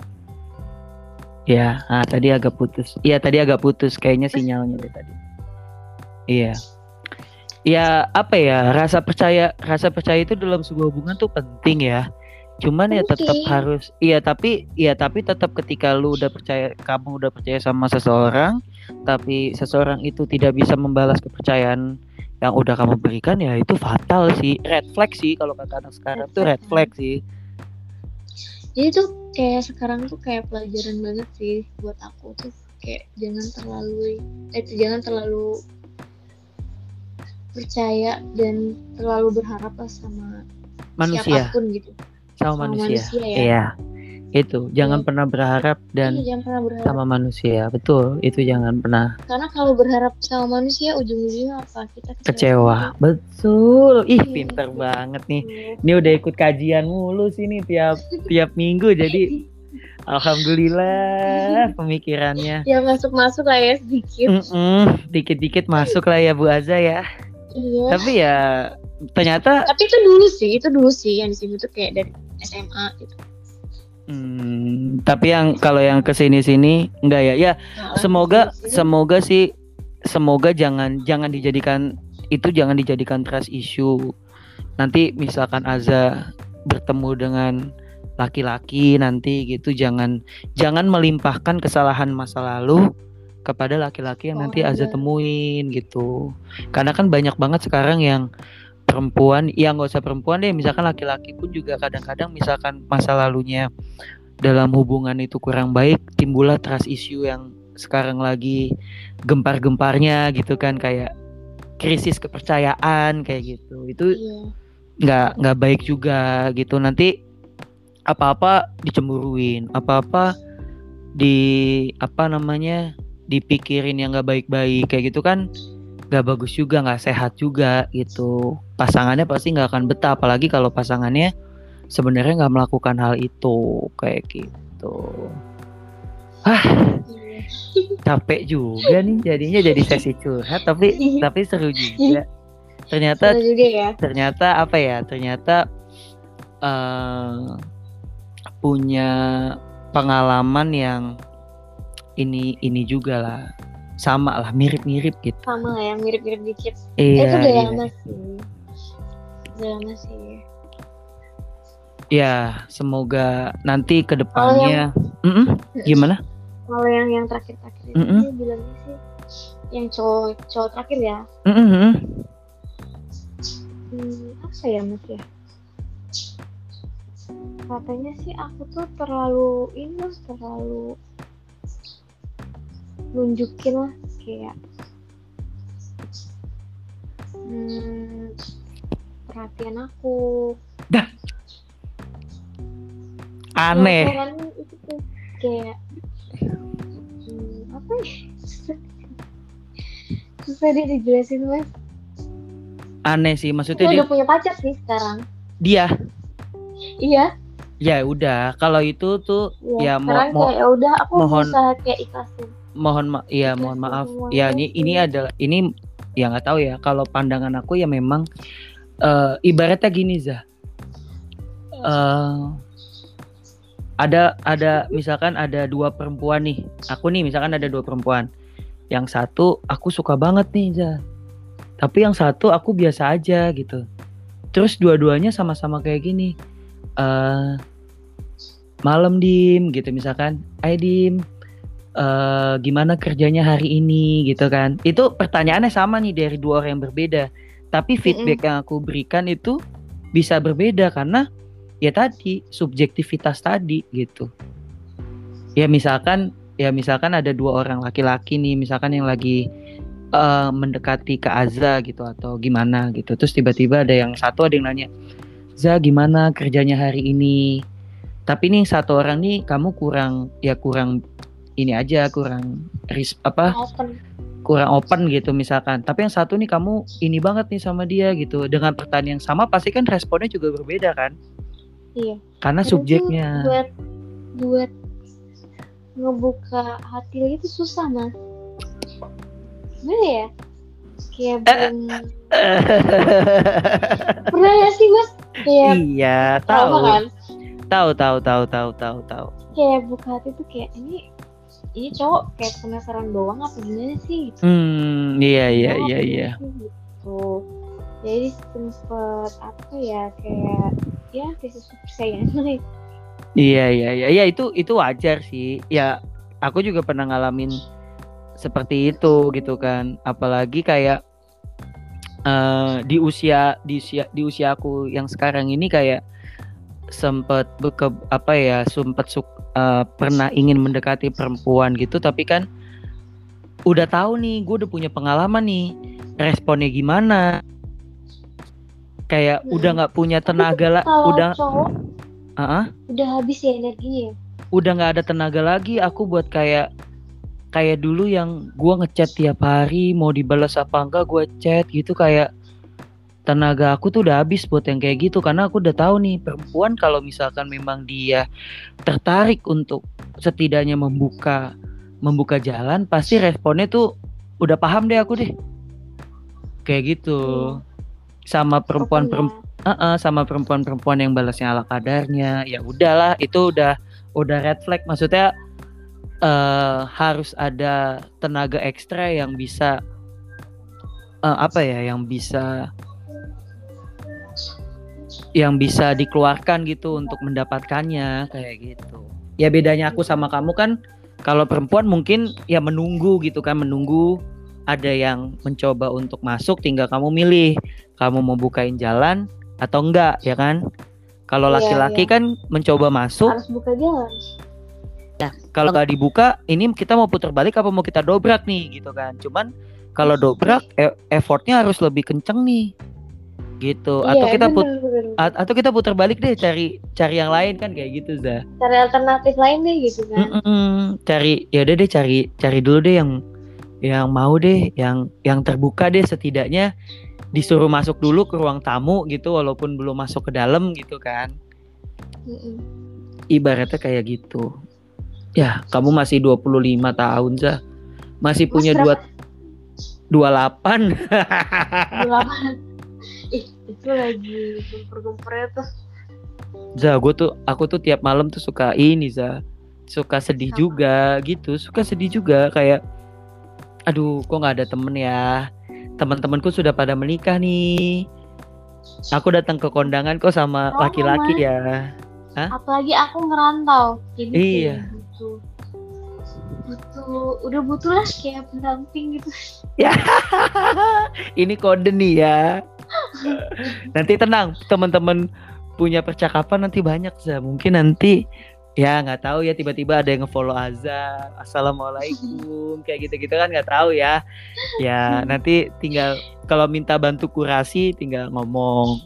A: Ya, tadi agak putus. Iya, tadi agak putus kayaknya sinyalnya dari tadi. Iya. Ya, apa ya? Rasa percaya itu dalam sebuah hubungan tuh penting ya. Cuman ya tetap harus, tapi tetap ketika kamu udah percaya sama seseorang, tapi seseorang itu tidak bisa membalas kepercayaan yang udah kamu berikan, ya itu fatal sih, red flag sih kalau kata anak sekarang tuh red flag sih.
B: Jadi tuh kayak sekarang tuh kayak pelajaran banget sih buat aku tuh, kayak jangan terlalu percaya dan terlalu berharap lah sama
A: manusia,
B: siapapun gitu.
A: sama manusia ya. Iya, itu jangan pernah berharap sama manusia, betul, itu jangan pernah.
B: Karena kalau berharap sama manusia ujung-ujungnya apa, kita
A: kecewa. Betul. Pinter banget nih. Ini udah ikut kajian mulu sih nih tiap minggu, jadi alhamdulillah pemikirannya.
B: Ya masuk lah ya sedikit.
A: Dikit-dikit masuk lah ya Bu Aza ya.
B: Iya.
A: Tapi ya ternyata.
B: Tapi itu dulu sih yang di sini tuh kayak dari SMA gitu.
A: Tapi kalau yang kesini enggak ya. Ya semoga sih, semoga jangan dijadikan trust issue. Nanti misalkan Aza bertemu dengan laki-laki nanti gitu, jangan melimpahkan kesalahan masa lalu kepada laki-laki yang nanti Aza temuin gitu. Karena kan banyak banget sekarang yang perempuan, ya nggak usah perempuan deh, misalkan laki-laki pun juga kadang-kadang misalkan masa lalunya dalam hubungan itu kurang baik, timbullah trust issue yang sekarang lagi gempar-gemparnya gitu kan, kayak krisis kepercayaan kayak gitu. Itu nggak baik juga gitu. Nanti apa-apa dicemburuin, apa-apa dipikirin yang nggak baik-baik kayak gitu kan, nggak bagus juga, nggak sehat juga gitu. Pasangannya pasti nggak akan betah, apalagi kalau pasangannya sebenarnya nggak melakukan hal itu kayak gitu. Capek juga nih jadinya, jadi sesi curhat tapi seru juga. Ternyata apa ya? Ternyata punya pengalaman yang ini juga lah, sama lah, mirip-mirip gitu.
B: Sama lah, yang mirip-mirip dikit.
A: Iya,
B: itu udah lama sih.
A: Ya, semoga nanti ke depannya. Gimana?
B: Kalau yang terakhir-terakhir itu dia bilangnya sih, yang cowok terakhir ya. Apa ya Mas ya? Katanya sih aku tuh terlalu nunjukin lah kayak perhatian aku.
A: Dah. Aneh.
B: Kan itu tuh kayak apa ya? Susah dia dijelasin Mas.
A: Aneh sih, maksudnya dia
B: udah punya pacar sih sekarang.
A: Dia?
B: Iya.
A: Ya udah, kalau itu tuh ya
B: udah aku berusaha kayak ikhlasin.
A: Mohon maaf. Ya ini adalah ya nggak tahu ya, kalau pandangan aku ya memang ibaratnya gini Zah. Ada misalkan ada dua perempuan nih. Aku nih misalkan ada dua perempuan. Yang satu aku suka banget nih Zah. Tapi yang satu aku biasa aja gitu. Terus dua-duanya sama-sama kayak gini. Malam Dim gitu misalkan. Dim, gimana kerjanya hari ini gitu kan. Itu pertanyaannya sama nih dari dua orang yang berbeda. Tapi feedback yang aku berikan itu bisa berbeda karena ya tadi subjektivitas tadi gitu. Ya misalkan ya misalkan ada 2 orang laki-laki nih, misalkan yang lagi mendekati ke Aza gitu atau gimana gitu. Terus tiba-tiba ada yang nanya, "Za, gimana kerjanya hari ini?" Tapi nih satu orang nih kamu kurang ini aja, kurang kurang open gitu misalkan. Tapi yang satu nih kamu ini banget nih sama dia gitu. Dengan pertanyaan yang sama pasti kan responnya juga berbeda kan?
B: Iya.
A: Karena subjeknya.
B: Buat ngebuka hati itu susah, Mas. Gimana ya? Kayak belum pernah ya sih, Mas? Kayak
A: iya, tahu.
B: Kan?
A: Tahu.
B: Kayak buka hati tuh kayak ini cowok kayak penasaran doang apa gimana sih?
A: Iya.
B: Gitu. Jadi sempet kayak kesusahan.
A: Iya, itu wajar sih. Ya, aku juga pernah ngalamin seperti itu gitu kan. Apalagi kayak di usia aku yang sekarang ini kayak sempat pernah ingin mendekati perempuan gitu, tapi kan udah tahu nih, gue udah punya pengalaman nih, responnya gimana, kayak udah nggak punya tenaga
B: udah habis ya energinya,
A: udah nggak ada tenaga lagi aku buat kayak dulu yang gue ngechat tiap hari, mau dibalas apa enggak gue chat gitu, kayak tenaga aku tuh udah habis buat yang kayak gitu. Karena aku udah tahu nih, perempuan kalau misalkan memang dia tertarik untuk setidaknya membuka jalan, pasti responnya tuh udah paham deh aku deh kayak gitu. Sama perempuan yang balasnya ala kadarnya, ya udahlah, itu udah red flag. Maksudnya harus ada tenaga ekstra yang bisa yang bisa dikeluarkan gitu untuk mendapatkannya kayak gitu. Ya bedanya aku sama kamu kan, kalau perempuan mungkin ya menunggu gitu kan, ada yang mencoba untuk masuk, tinggal kamu milih kamu mau bukain jalan atau enggak, ya kan? Kalau laki-laki kan mencoba masuk,
B: harus buka jalan.
A: Nah, kalau nggak dibuka, ini kita mau putar balik apa mau kita dobrak nih gitu kan? Cuman kalau dobrak effortnya harus lebih kenceng nih gitu. Atau kita putar balik deh, cari yang lain kan kayak gitu, Zah.
B: Cari alternatif lain deh gitu kan.
A: Cari dulu deh yang mau deh, yang terbuka deh, setidaknya disuruh masuk dulu ke ruang tamu gitu, walaupun belum masuk ke dalam gitu kan. Ibaratnya kayak gitu. Ya, kamu masih 25 tahun, Zah. Masih punya 28.
B: 28. Itu lagi gempur-gempurnya tuh.
A: Zah, aku tuh tiap malam tuh suka suka sedih juga gitu, kayak aduh, kok nggak ada temen ya, teman-temanku sudah pada menikah nih, aku datang ke kondangan kok sama laki-laki ya.
B: Apalagi aku ngerantau, jadi
A: iya,
B: butuh lah kayak pendamping gitu
A: ya. Ini kode nih ya. Nanti tenang, teman-teman punya percakapan nanti banyak, Zah. Mungkin nanti ya nggak tahu ya, tiba-tiba ada yang ngefollow Azza, assalamualaikum, kayak gitu kan, nggak tahu ya. Ya nanti tinggal kalau minta bantu kurasi tinggal ngomong.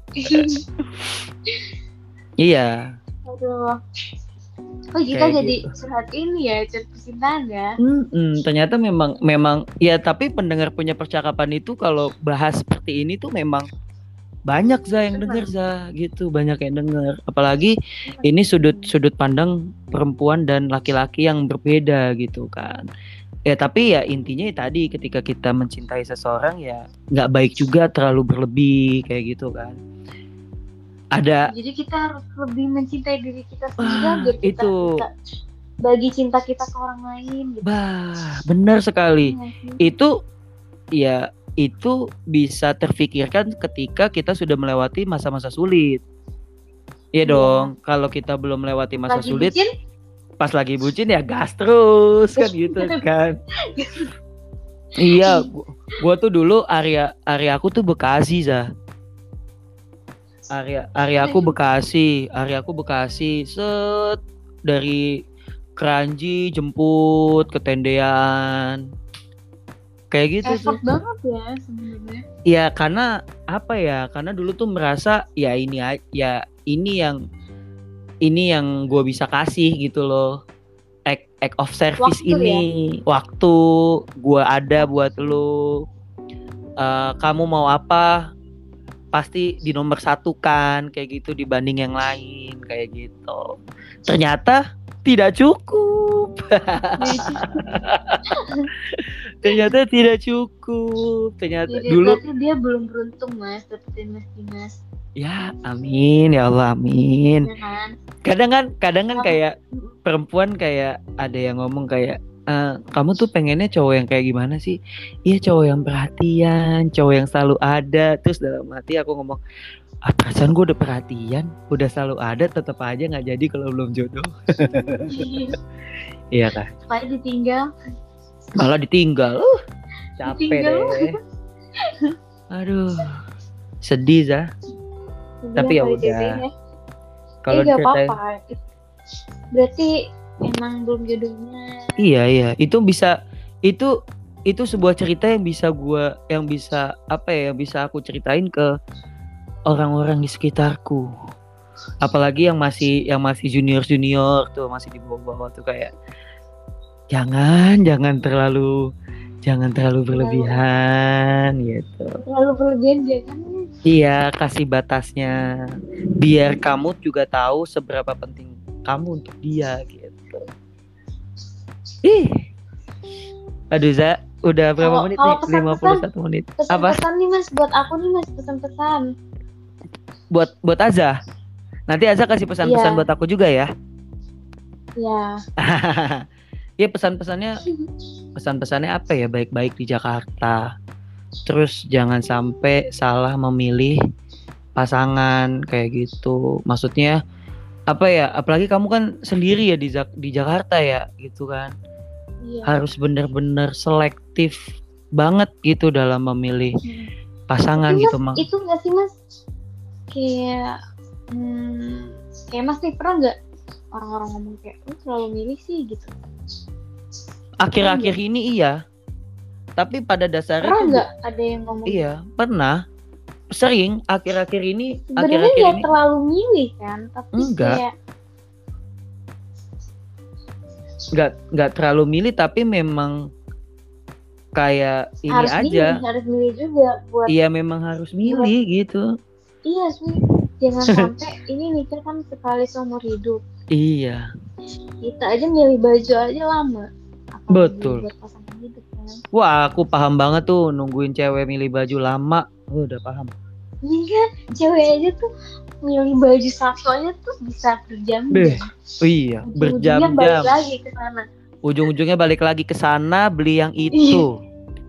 A: Iya.
B: Aduh. Oh, kita jadi curhat ini ya, curhat percintaan ya.
A: Ternyata memang ya, tapi pendengar punya percakapan itu kalau bahas seperti ini tuh memang banyak, Zah, yang denger, Zah, gitu, banyak yang denger. Apalagi ini sudut pandang perempuan dan laki-laki yang berbeda gitu kan. Ya tapi ya intinya tadi, ketika kita mencintai seseorang ya nggak baik juga terlalu berlebih kayak gitu kan. Jadi kita harus lebih mencintai diri kita sendiri, biar kita bisa bagi cinta kita ke orang lain gitu. Benar sekali. Itu bisa terfikirkan ketika kita sudah melewati masa-masa sulit. Iya dong. Kalau kita belum melewati masa sulit, pas lagi bucin ya gas terus kan gitu kan. Iya, gua tuh dulu area aku tuh Bekasi, Zah. Area aku Bekasi, set dari keranji, jemput, ketendean. Kayak gitu
B: Effort
A: tuh.
B: banget ya sebenarnya.
A: Ya karena apa ya? Karena dulu tuh merasa ya ini yang gue bisa kasih gitu loh. Act of service
B: Waktu
A: ini, waktu gue ada buat lo. Kamu mau apa? Pasti di nomor satu kan, kayak gitu dibanding yang lain, kayak gitu. Ternyata tidak cukup. Ternyata tidak cukup. Ternyata
B: Jadi,
A: dulu.
B: berarti dia belum beruntung Mas dapetin Mas Dimas.
A: Ya amin ya Allah amin.
B: Ya kan?
A: Kadang kan kayak perempuan kayak ada yang ngomong kayak kamu tuh pengennya cowok yang kayak gimana sih? Iya cowok yang perhatian, cowok yang selalu ada. Terus dalam hati aku ngomong, perasaan gue udah perhatian, udah selalu ada, tetap aja nggak jadi kalau belum jodoh. Iya kan?
B: Supaya ditinggal.
A: Malah ditinggal, capek deh. Aduh, sedih Zah. Tapi ya udah.
B: Kalau nggak apa-apa. Berarti emang belum jodohnya.
A: Iya, itu bisa itu sebuah cerita yang bisa aku ceritain ke orang-orang di sekitarku. Apalagi yang masih junior tuh, masih di bawah tuh kayak jangan terlalu berlebihan gitu.
B: Terlalu berlebihan jangan.
A: Iya, kasih batasnya biar kamu juga tahu seberapa penting kamu untuk dia gitu. Aduh Za, udah berapa menit nih? 51 menit.
B: Pesan-pesan nih Mas, buat aku nih Mas, pesan-pesan.
A: Buat Aza. Nanti Aza kasih pesan-pesan buat aku juga ya.
B: Iya.
A: Iya pesan-pesannya apa ya? Baik-baik di Jakarta. Terus jangan sampai salah memilih pasangan kayak gitu. Maksudnya apa ya? Apalagi kamu kan sendiri ya di Jakarta ya, gitu kan. Iya. Harus benar-benar selektif banget gitu dalam memilih pasangan
B: tapi
A: gitu,
B: Mas. Itu nggak sih Mas? Kayak Mas nih pernah nggak orang-orang ngomong kayak lu selalu milih sih gitu?
A: Akhir-akhir ini iya. Tapi pada dasarnya
B: pernah nggak ada yang ngomong?
A: Iya, pernah. Sering akhir-akhir ini.
B: Sebenarnya nggak terlalu milih kan, tapi
A: enggak. Nggak terlalu milih, tapi memang kayak ini harus aja.
B: Harus milih juga buat.
A: Iya, memang harus milih gitu.
B: Iya sih. Jangan sampai ini nikah kan sekali seumur hidup.
A: Iya.
B: Kita aja milih baju aja lama.
A: Betul.
B: Buat pasangan hidup kan.
A: Wah, aku paham banget tuh nungguin cewek milih baju lama. Udah paham.
B: Iya, cewek aja tuh milih baju satu aja tuh bisa berjam-jam.
A: Iya, berjam-jam.
B: Balik lagi ke sana.
A: Ujung-ujungnya balik lagi ke sana beli yang itu.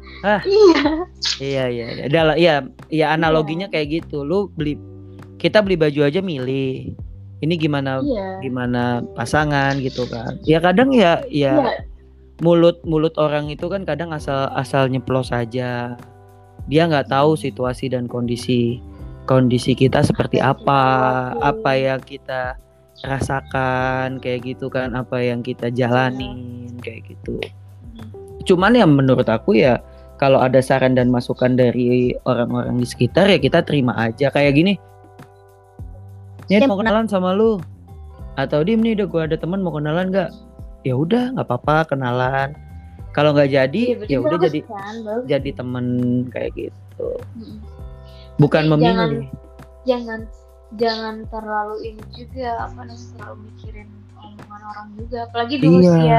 A: Iya. Iya, analoginya kayak gitu. Kita beli baju aja milih. Ini gimana pasangan gitu kan. Ya kadang ya. Mulut orang itu kan kadang asal nyeplos aja. Dia nggak tahu situasi dan kondisi kita seperti apa yang kita rasakan kayak gitu kan, apa yang kita jalanin kayak gitu. Cuman ya menurut aku ya kalau ada saran dan masukan dari orang-orang di sekitar ya kita terima aja. Kayak gini, Nyet mau kenalan sama lu, atau Dim nih udah gue ada teman mau kenalan nggak? Ya udah nggak apa-apa kenalan. Kalau nggak jadi ya udah jadi temen kayak gitu. Bukan memilih.
B: Jangan terlalu ini juga terlalu mikirin omongan orang juga. Apalagi di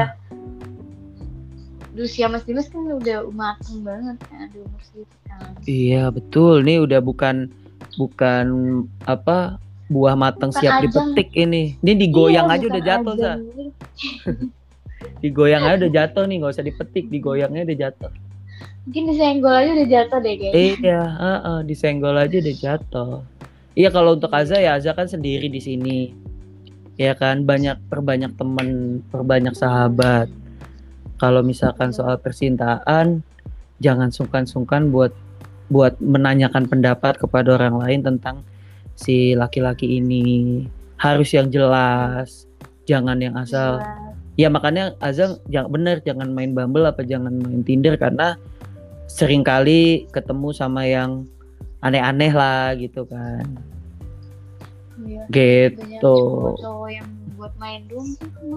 B: usia Mas Dimas kan udah mateng banget kan di umur segitu kan. Iya
A: betul. Nih udah bukan buah matang siap dipetik ini. Ini digoyang aja udah jatuh Sa. Digoyang aja udah jatuh nih, nggak usah dipetik, digoyangnya udah jatuh.
B: Mungkin disenggol aja udah jatuh deh kayaknya.
A: Iya, disenggol aja udah jatuh. Iya kalau untuk Aza ya Aza kan sendiri di sini. Ya kan perbanyak teman, perbanyak sahabat. Kalau misalkan soal percintaan jangan sungkan-sungkan buat menanyakan pendapat kepada orang lain tentang si laki-laki ini. Harus yang jelas, jangan yang asal Ya makanya Azam jangan main Bumble apa jangan main Tinder karena seringkali ketemu sama yang aneh-aneh lah gitu kan.
B: Iya.
A: Gitu.
B: Banyak cowok-cowok yang buat main doang sih cuma.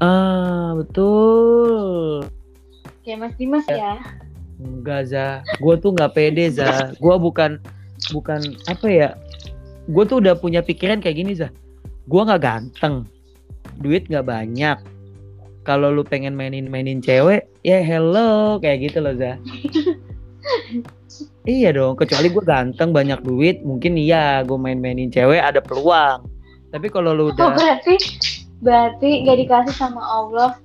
A: Betul.
B: Kayak Mas Dimas ya.
A: Enggak, Za. Gue tuh nggak pede, Za. Gue bukan apa ya. Gue tuh udah punya pikiran kayak gini, Za. Gue nggak ganteng, duit nggak banyak. Kalau lu pengen mainin cewek, ya hello kayak gitu loh, Za. Iya dong, kecuali gue ganteng banyak duit, mungkin iya gue mainin cewek ada peluang. Tapi kalau lu udah
B: berarti gak dikasih sama Allah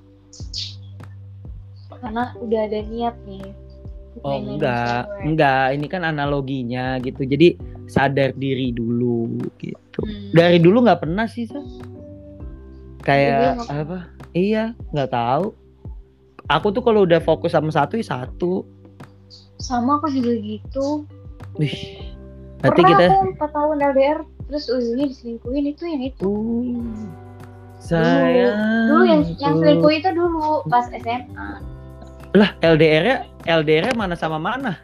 B: karena udah ada niat nih.
A: Oh enggak, ini kan analoginya gitu. Jadi sadar diri dulu gitu. Dari dulu nggak pernah sih, Sa. Kayak apa? Iya, nggak tahu. Aku tuh kalau udah fokus sama satu ya satu.
B: Sama aku juga gitu.
A: Wih.
B: Berarti kita aku 4 tahun LDR terus ujungnya diselingkuhin itu yang itu.
A: Saya
B: dulu yang selingkuh itu dulu pas SMA.
A: Lah LDR-nya mana sama mana?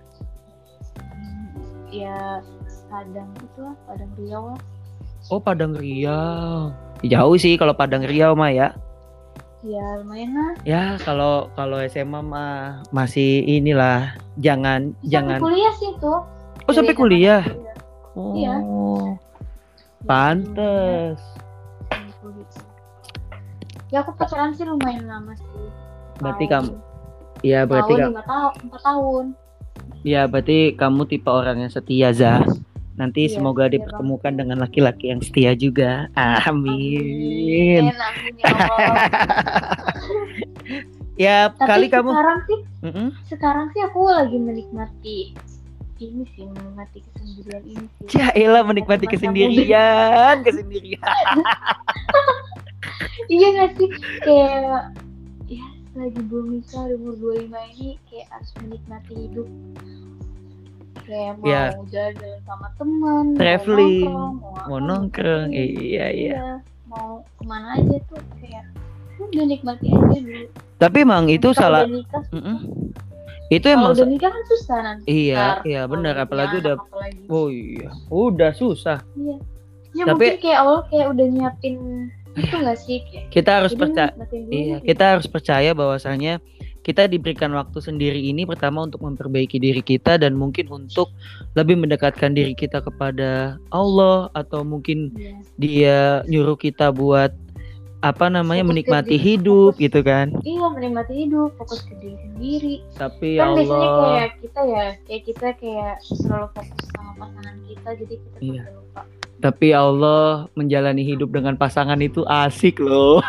B: Ya Padang itu lah, Padang Riau lah.
A: Oh Padang Riau. Jauh sih kalau Padang Riau mah ya.
B: Ya lumayan lah.
A: Ya kalau SMA mah masih inilah jangan
B: kuliah sih tuh.
A: Oh sampai kuliah. Oh.
B: Iya.
A: Pantes.
B: Ya aku pacaran sih lumayan lama sih.
A: Berarti kamu ya berarti
B: 4 tahun.
A: Ya berarti kamu tipe orang yang setia, Za. Nanti semoga dipertemukan dengan laki-laki yang setia juga. Amin.
B: Amin ya Allah.
A: Ya kali kamu.
B: Sekarang sih aku lagi menikmati kesendirian ini sih.
A: Yaelah menikmati kesendirian.
B: Iya nggak sih kayak ya lagi belum nikah umur 25 ini kayak harus menikmati hidup. Kayak mau jalan sama teman,
A: traveling, mau nongkrong, iya.
B: Mau kemana aja tuh kayak udah nikmati aja dulu.
A: Tapi emang itu salah. Itu emang
B: udah nikah kan susah nanti.
A: Iya benar apalagi udah. Oh iya, udah susah.
B: Iya. Ya tapi mungkin kayak Allah kayak udah nyiapin itu nggak sih?
A: Kita harus percaya. Iya, kita harus percaya bahwasanya kita diberikan waktu sendiri ini pertama untuk memperbaiki diri kita dan mungkin untuk lebih mendekatkan diri kita kepada Allah atau mungkin dia nyuruh kita buat menikmati hidup gitu kan.
B: Iya, menikmati hidup, fokus ke diri sendiri.
A: Tapi
B: kan
A: Allah
B: biasanya kayak kita selalu fokus sama pasangan kita jadi kita sampai lupa.
A: Tapi Allah menjalani hidup dengan pasangan itu asik loh.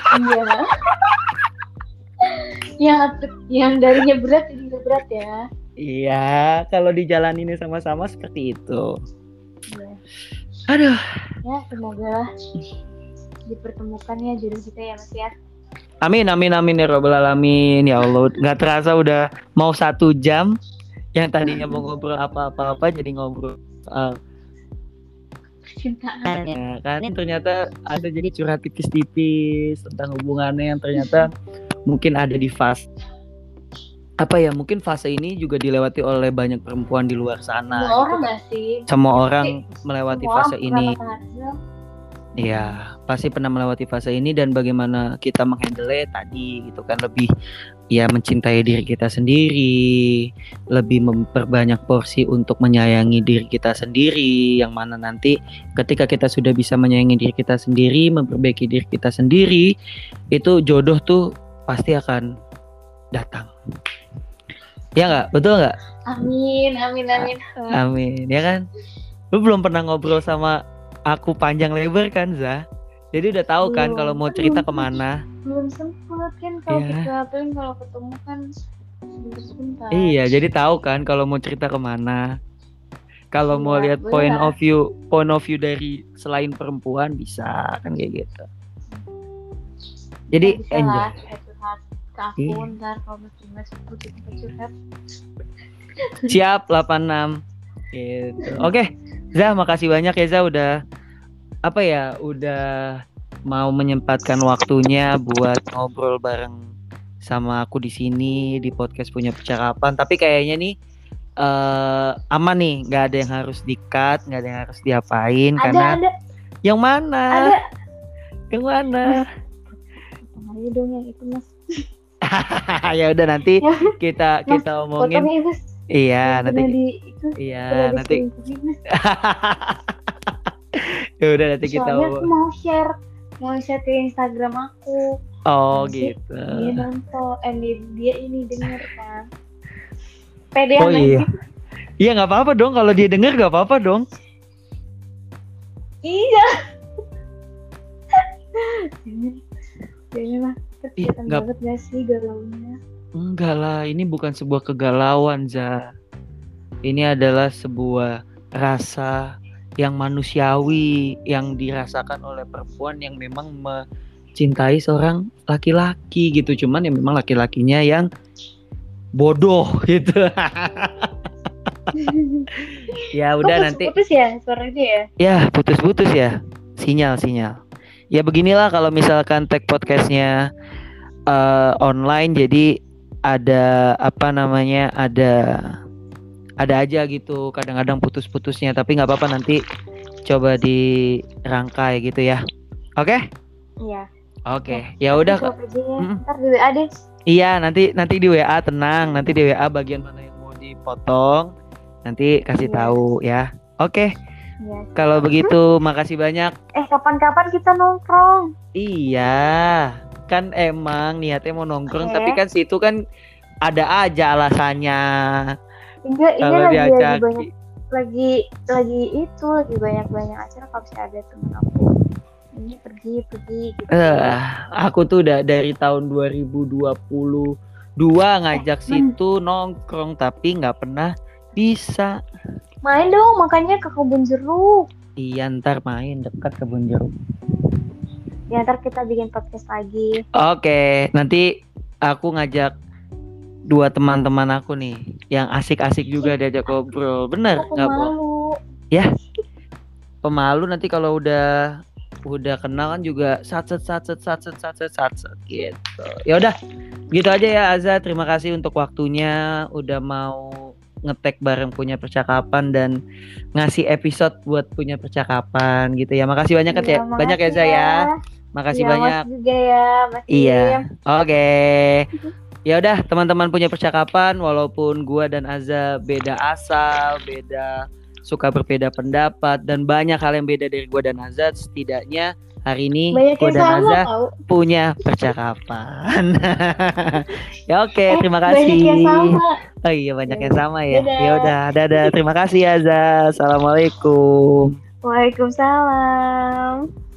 B: Iya. yang darinya berat jadi gak berat ya.
A: Iya, kalau dijalaninnya sama-sama seperti itu.
B: Iya.
A: Aduh.
B: Ya, semoga dipertemukan ya jodoh kita ya Mas ya.
A: Amin ya Rabbal Alamin. Ya Allah, nggak terasa udah mau 1 jam. Yang tadinya mau ngobrol apa-apa jadi ngobrol soal
B: percintaan
A: ya kan. Ternyata ada jadi curhat tipis-tipis tentang hubungannya yang ternyata mungkin ada di fase mungkin fase ini juga dilewati oleh banyak perempuan di luar sana.
B: Semua orang nggak sih?
A: Semua orang melewati fase ini. Iya, pasti pernah melewati fase ini dan bagaimana kita menghandle tadi gitu kan lebih mencintai diri kita sendiri, lebih memperbanyak porsi untuk menyayangi diri kita sendiri yang mana nanti ketika kita sudah bisa menyayangi diri kita sendiri, memperbaiki diri kita sendiri, itu jodoh tuh pasti akan datang. Ya enggak? Betul enggak?
B: Amin.
A: Amin, ya kan? Lu belum pernah ngobrol sama aku panjang lebar kan, Za? Jadi udah tahu kan kalau mau cerita kemana.
B: Belum sempet kan kalau kita kalau ketemu kan sebentar.
A: Iya, jadi tahu kan kalau mau cerita kemana. Kalau mau lihat point of view dari selain perempuan bisa kan kayak gitu. Jadi enjoy.
B: Ntar kalau masih curhat.
A: Siap 86 gitu. Oke. Za, makasih banyak ya Za udah mau menyempatkan waktunya buat ngobrol bareng sama aku di sini di podcast Punya Percakapan. Tapi kayaknya nih aman nih, nggak ada yang harus di-cut, nggak ada yang harus diapain.
B: Ada.
A: Yang mana?
B: Ada.
A: Yang mana?
B: Ayo dong yang itu Mas.
A: Ya udah nanti kita omongin.
B: Potongnya, Mas.
A: Iya,
B: yang
A: nanti
B: itu,
A: iya nanti. Ya udah nanti kita.
B: Soalnya aku mau share ke Instagram aku.
A: Oh
B: nanti
A: gitu.
B: Dia nonton, dia ini denger kan. Pede
A: Oh iya.
B: gitu.
A: Iya nggak apa-apa dong kalau dia denger, nggak apa-apa dong.
B: Iya. Jangan lah. Kelihatan banget gak sih galaunya?
A: Enggak lah, ini bukan sebuah kegalauan, Za. Ini adalah sebuah rasa yang manusiawi yang dirasakan oleh perempuan yang memang mencintai seorang laki-laki gitu. Cuman ya memang laki-lakinya yang bodoh gitu. Ya udah nanti.
B: Putus ya suaranya ya?
A: Ya putus-putus ya. Sinyal. Ya beginilah kalau misalkan tag podcastnya online, jadi ada ada aja gitu kadang-kadang putus-putusnya, tapi nggak apa-apa, nanti coba dirangkai gitu ya. Oke?
B: Iya.
A: Oke. Ya udah.
B: Ntar di WA deh.
A: Iya, nanti di WA, tenang. Nanti di WA bagian mana yang mau dipotong nanti kasih tahu ya. Oke.
B: Iya.
A: Kalau begitu makasih banyak.
B: Kapan-kapan kita nongkrong.
A: Iya. Kan emang niatnya mau nongkrong, tapi kan situ kan ada aja alasannya.
B: Enggak, ini lagi banyak acara. Kalau bisa ada temen aku ini pergi gitu.
A: Aku tuh udah dari tahun 2022 ngajak situ nongkrong, tapi nggak pernah bisa.
B: Main dong, makanya ke Kebun Jeruk.
A: Iya, ntar main dekat Kebun Jeruk.
B: Ya ntar kita bikin podcast lagi.
A: Oke, nanti aku ngajak 2 teman-teman aku nih yang asik-asik juga diajak ngobrol. Bener nggak
B: pemalu?
A: Ya, pemalu nanti kalau udah kenal kan juga satset gitu. Ya udah, gitu aja ya Azza. Terima kasih untuk waktunya, udah mau ngetek bareng Punya Percakapan dan ngasih episode buat Punya Percakapan gitu ya. Makasih banyak ya, banyak ya Azza ya. Makasih banyak.
B: Mas juga ya, Mas.
A: Iya. Oke. Ya udah, teman-teman Punya Percakapan, walaupun gua dan Azza beda asal, suka berbeda pendapat dan banyak hal yang beda dari gua dan Azza, setidaknya hari ini gua dan Azza punya percakapan. Ya oke, terima kasih.
B: Banyak yang sama.
A: Oh iya, banyak yang sama ya. Ya udah, dadah. Terima kasih Azza. Assalamualaikum.
B: Waalaikumsalam.